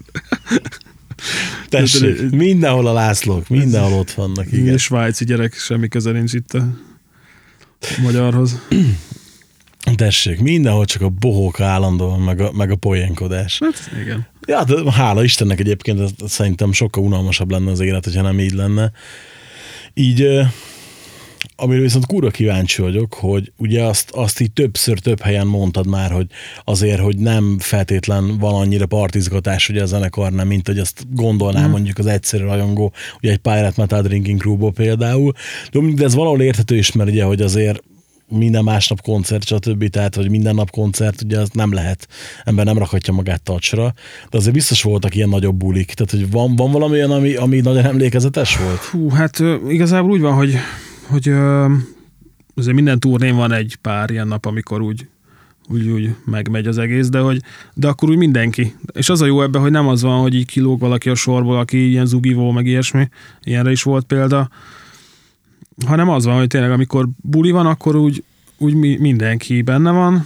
Tessék, mindenhol a Lászlók, mindenhol ott vannak, igen. És svájci gyerek, semmi köze nincs itt a magyarhoz. Tessék, mindenhol csak a bohóka állandóan, meg a poénkodás. Hát igen. Ja, de hála Istennek egyébként szerintem sokkal unalmasabb lenne az élet, hogyha nem így lenne. Így, amiről viszont kurva kíváncsi vagyok, hogy ugye azt így több helyen mondtad már, hogy azért, hogy nem feltétlen van annyira partizgatás ugye a zenekarnál, mint hogy azt gondolná mondjuk az egyszerű rajongó, ugye egy Pirate Metal Drinking Crewból például. De ez valahol érthető is, mert ugye, hogy azért minden másnap koncert, stb. Tehát, hogy minden nap koncert, ugye az nem lehet, ember nem rakhatja magát tacsra, de azért biztos voltak ilyen nagyobb bulik. Tehát, hogy van valami olyan, ami nagyon emlékezetes volt? Hú, hát igazából úgy van, hogy azért minden turnén van egy pár ilyen nap, amikor úgy megmegy az egész, de akkor úgy mindenki. És az a jó ebben, hogy nem az van, hogy így kilóg valaki a sorból, aki ilyen zugivó, meg ilyesmi, ilyenre is volt példa, hanem az van, hogy tényleg amikor buli van, akkor úgy mindenki benne van,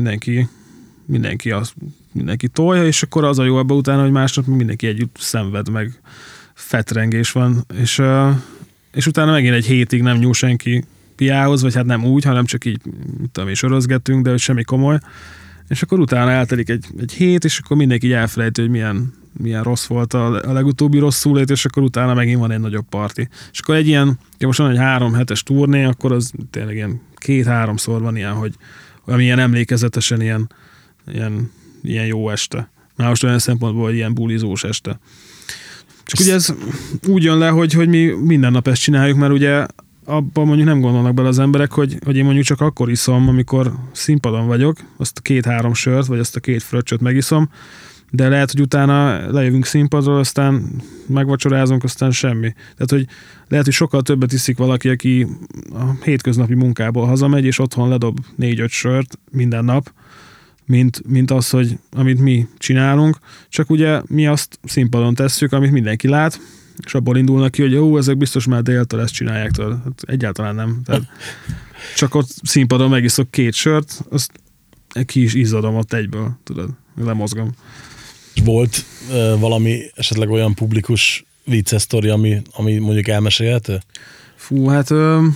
mindenki tolja, és akkor az a jó ebben utána, hogy másnap mindenki együtt szenved, meg fetrengés van, és utána megint egy hétig nem nyúl senki piához, vagy hát nem úgy, hanem csak így, sörözgettünk, de hogy semmi komoly, és akkor utána eltelik egy hét, és akkor mindenki így elfelejti, hogy milyen rossz volt a legutóbbi rosszul, és akkor utána megint van egy nagyobb parti. És akkor egy ilyen, most van egy 3 hetes turné, akkor az tényleg ilyen 2-3-szor van ilyen, hogy ami ilyen emlékezetesen ilyen jó este. Már most olyan szempontból, hogy ilyen bulizós este. Csak ugye ez úgy jön le, hogy mi minden nap ezt csináljuk, mert ugye abban mondjuk nem gondolnak bele az emberek, hogy én mondjuk csak akkor iszom, amikor színpadon vagyok, azt a 2-3 sört, vagy azt a 2 fröccsöt megiszom, de lehet, hogy utána lejövünk színpadról, aztán megvacsorázunk, aztán semmi. Tehát, hogy lehet, hogy sokkal többet iszik valaki, aki a hétköznapi munkából hazamegy, és otthon ledob 4-5 sört minden nap, mint az, hogy amit mi csinálunk, csak ugye mi azt színpadon tesszük, amit mindenki lát, és abból indulnak ki, hogy jó, ezek biztos már déltől ezt csinálják, tudod. Hát egyáltalán nem. Tehát csak ott színpadon megiszok 2 sört, azt ki is izzadom ott egyből, tudod, lemozgom. Volt valami esetleg olyan publikus vicces sztori, ami mondjuk elmesélhető? Fú, hát...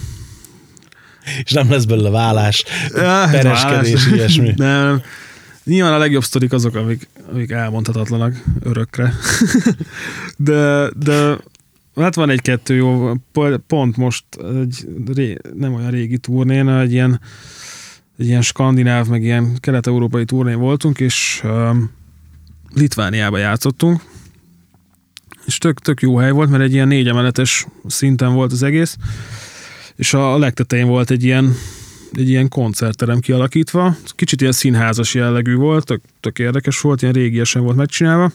És nem lesz belőle vállás, pereskedés, ilyesmi. Nem. Nyilván a legjobb sztorik azok, amik elmondhatatlanak örökre. de hát van 1-2 jó, pont most nem olyan régi turnén, egy ilyen skandináv, meg ilyen kelet-európai turnén voltunk, és Litvániába játszottunk, és tök jó hely volt, mert egy ilyen 4 emeletes szinten volt az egész, és a legtetején volt egy ilyen koncertterem kialakítva, kicsit ilyen színházas jellegű volt, tök érdekes volt, ilyen régiesen volt megcsinálva,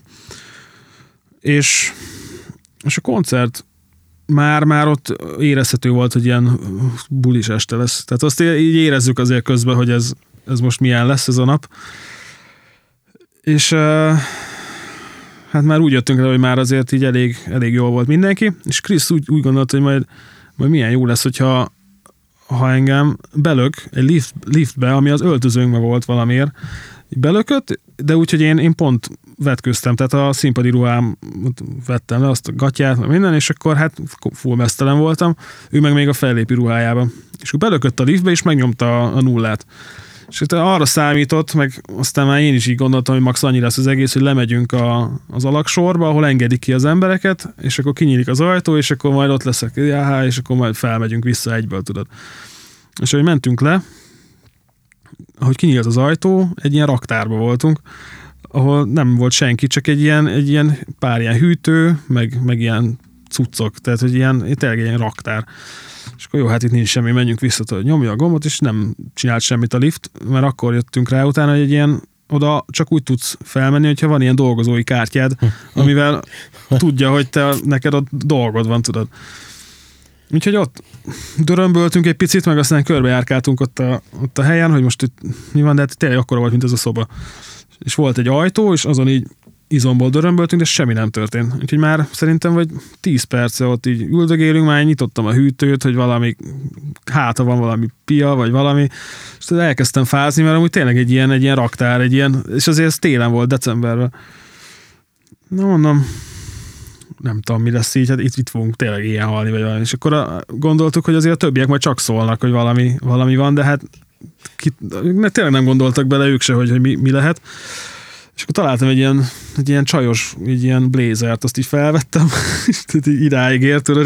és a koncert már ott érezhető volt, hogy ilyen bulis este lesz. Tehát azt így érezzük azért közben, hogy ez most milyen lesz ez a nap. És hát már úgy jöttünk le, hogy már azért így elég jól volt mindenki, és Krisz úgy gondolta, hogy majd milyen jó lesz, ha engem belök egy liftbe, ami az öltözőnkben volt valamiért, belökött, de úgyhogy én pont vetköztem, tehát a színpadi ruhám vettem le, azt a gatyát, minden, és akkor hát full mesztelen voltam, ő meg még a fellépi ruhájában. És akkor belökött a liftbe, és megnyomta a nullát. És arra számított, meg aztán már én is így gondoltam, hogy max annyi lesz az egész, hogy lemegyünk az alagsorba, ahol engedik ki az embereket, és akkor kinyílik az ajtó, és akkor majd ott leszek, és akkor majd felmegyünk vissza egyből, tudod. És ahogy mentünk le, ahogy kinyílt az ajtó, egy ilyen raktárba voltunk, ahol nem volt senki, csak egy ilyen pár ilyen hűtő, meg ilyen cuccok, tehát hogy tényleg ilyen raktár. És akkor jó, hát itt nincs semmi, menjünk vissza, hogy nyomja a gombot, és nem csinált semmit a lift, mert akkor jöttünk rá utána, hogy egy ilyen oda csak úgy tudsz felmenni, hogyha van ilyen dolgozói kártyád, amivel tudja, hogy neked ott dolgod van, tudod. Úgyhogy ott dörömböltünk egy picit, meg aztán körbejárkáltunk ott a helyen, hogy most itt mi van, de hát tényleg akkora volt, mint ez a szoba. És volt egy ajtó, és azon így izomból dörömböltünk, de semmi nem történt. Úgyhogy már szerintem vagy 10 perce ott így üldögélünk, már nyitottam a hűtőt, hogy valami, háta van valami pia, vagy valami, és elkezdtem fázni, mert amúgy tényleg egy ilyen raktár, és azért ez télen volt, decemberben. Na mondom, nem tudom, mi lesz így, hát itt fogunk tényleg ilyen halni, vagy valami. És akkor gondoltuk, hogy azért a többiek majd csak szólnak, hogy valami van, de hát tényleg nem gondoltak bele ők se, hogy mi lehet. És akkor találtam egy ilyen csajos, egy ilyen blazert, azt így felvettem, és idáig ért, tudod,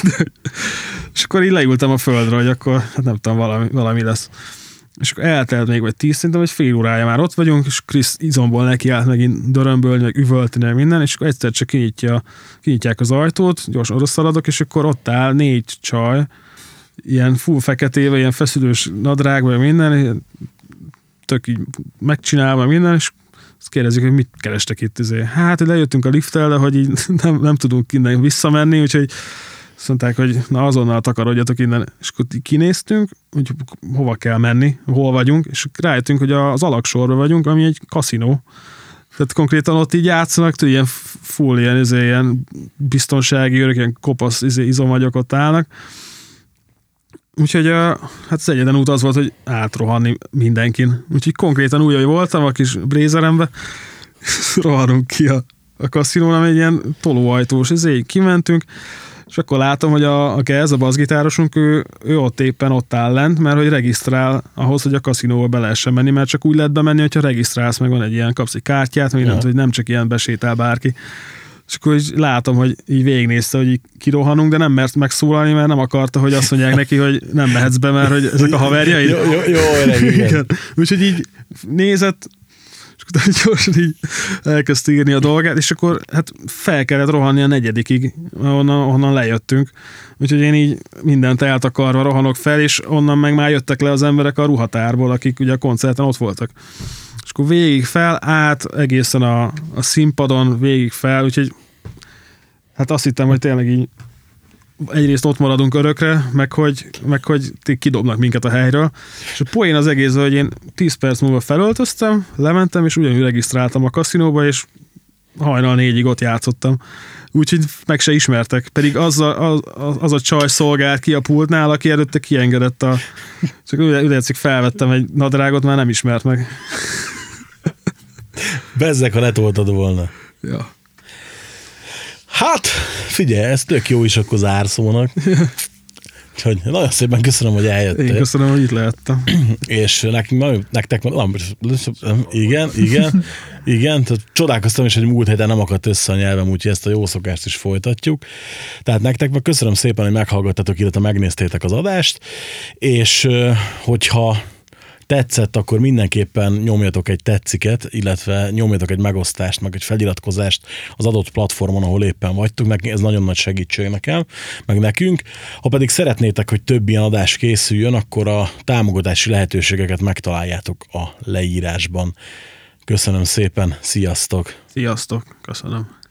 és akkor így leültem a földre, hogy akkor, hát nem tudom, valami lesz. És akkor eltelt még vagy 10, szerintem, vagy fél órája már ott vagyunk, és Krisz izomból neki állt megint dörömbölni, meg üvölteni, meg minden, és akkor egyszer csak kinyitják az ajtót, gyorsan oda szaladok, és akkor ott áll 4 csaj, ilyen full feketéve, ilyen feszülős nadrág, vagy minden, tök így megcsinálva minden, és azt kérdezik, hogy mit kerestek itt. Hát, lejöttünk a lifttel, de hogy így nem tudunk innen visszamenni, úgyhogy azt mondták, hogy na azonnal takarodjatok innen. És akkor kinéztünk, hogy hova kell menni, hol vagyunk, és rájöttünk, hogy az alaksorban vagyunk, ami egy kaszinó. Tehát konkrétan ott így játszanak, ilyen full, ilyen biztonsági őrök, ilyen kopasz izomagyok ott állnak. Úgyhogy hát az egyetlen út az volt, hogy átrohanni mindenkin. Úgyhogy konkrétan úgy, hogy voltam a kis blézerembe, rohanunk ki a kaszinón, ami egy ilyen tolóajtós, ezért kimentünk, és akkor látom, hogy a Kez, a basszgitárosunk, ő ott éppen ott áll lent, mert hogy regisztrál ahhoz, hogy a kaszinóba be lehessen menni, mert csak úgy lehet bemenni, hogyha regisztrálsz, meg van egy ilyen, kapsz egy kártyát, mindent, hogy nem csak ilyen besétál bárki. És akkor így látom, hogy így végignézte, hogy így kirohanunk, de nem mert megszólalni, mert nem akarta, hogy azt mondják neki, hogy nem mehetsz be, mert hogy ezek a haverjai. Jó, igen. Úgyhogy így nézett, és akkor gyorsan így elkezdte írni a dolgát, és akkor hát fel kellett rohanni a 4. onnan lejöttünk. Úgyhogy én így mindent eltakarva rohanok fel, és onnan meg már jöttek le az emberek a ruhatárból, akik ugye a koncerten ott voltak. És akkor végig fel, át egészen a színpadon, végig fel, úgyhogy hát azt hittem, hogy tényleg így egyrészt ott maradunk örökre, meg hogy kidobnak minket a helyről. És a poén az egész, hogy én 10 perc múlva felöltöztem, lementem, és ugyanúgy regisztráltam a kaszinóba, és hajnal 4-ig ott játszottam. Úgyhogy meg se ismertek. Pedig az a csaj szolgált ki a pultnál, aki előtte kiengedett csak úgy felvettem egy nadrágot, már nem ismert meg. Bezzeg, ha letoltad volna. Ja. Hát, figyelj, ez tök jó is akkor zárszónak. Úgyhogy nagyon szépen köszönöm, hogy eljöttél. Én köszönöm, hogy itt lehettem. És nektek, igen, tehát csodálkoztam is, hogy múlt héten nem akadt össze a nyelvem, úgyhogy ezt a jó szokást is folytatjuk. Tehát nektek meg köszönöm szépen, hogy meghallgattatok, illetve megnéztétek az adást, és hogyha tetszett, akkor mindenképpen nyomjatok egy tetsziket, illetve nyomjatok egy megosztást, meg egy feliratkozást az adott platformon, ahol éppen vagytok. Ez nagyon nagy segítség nekem, meg nekünk. Ha pedig szeretnétek, hogy több ilyen adás készüljön, akkor a támogatási lehetőségeket megtaláljátok a leírásban. Köszönöm szépen, sziasztok! Sziasztok, köszönöm.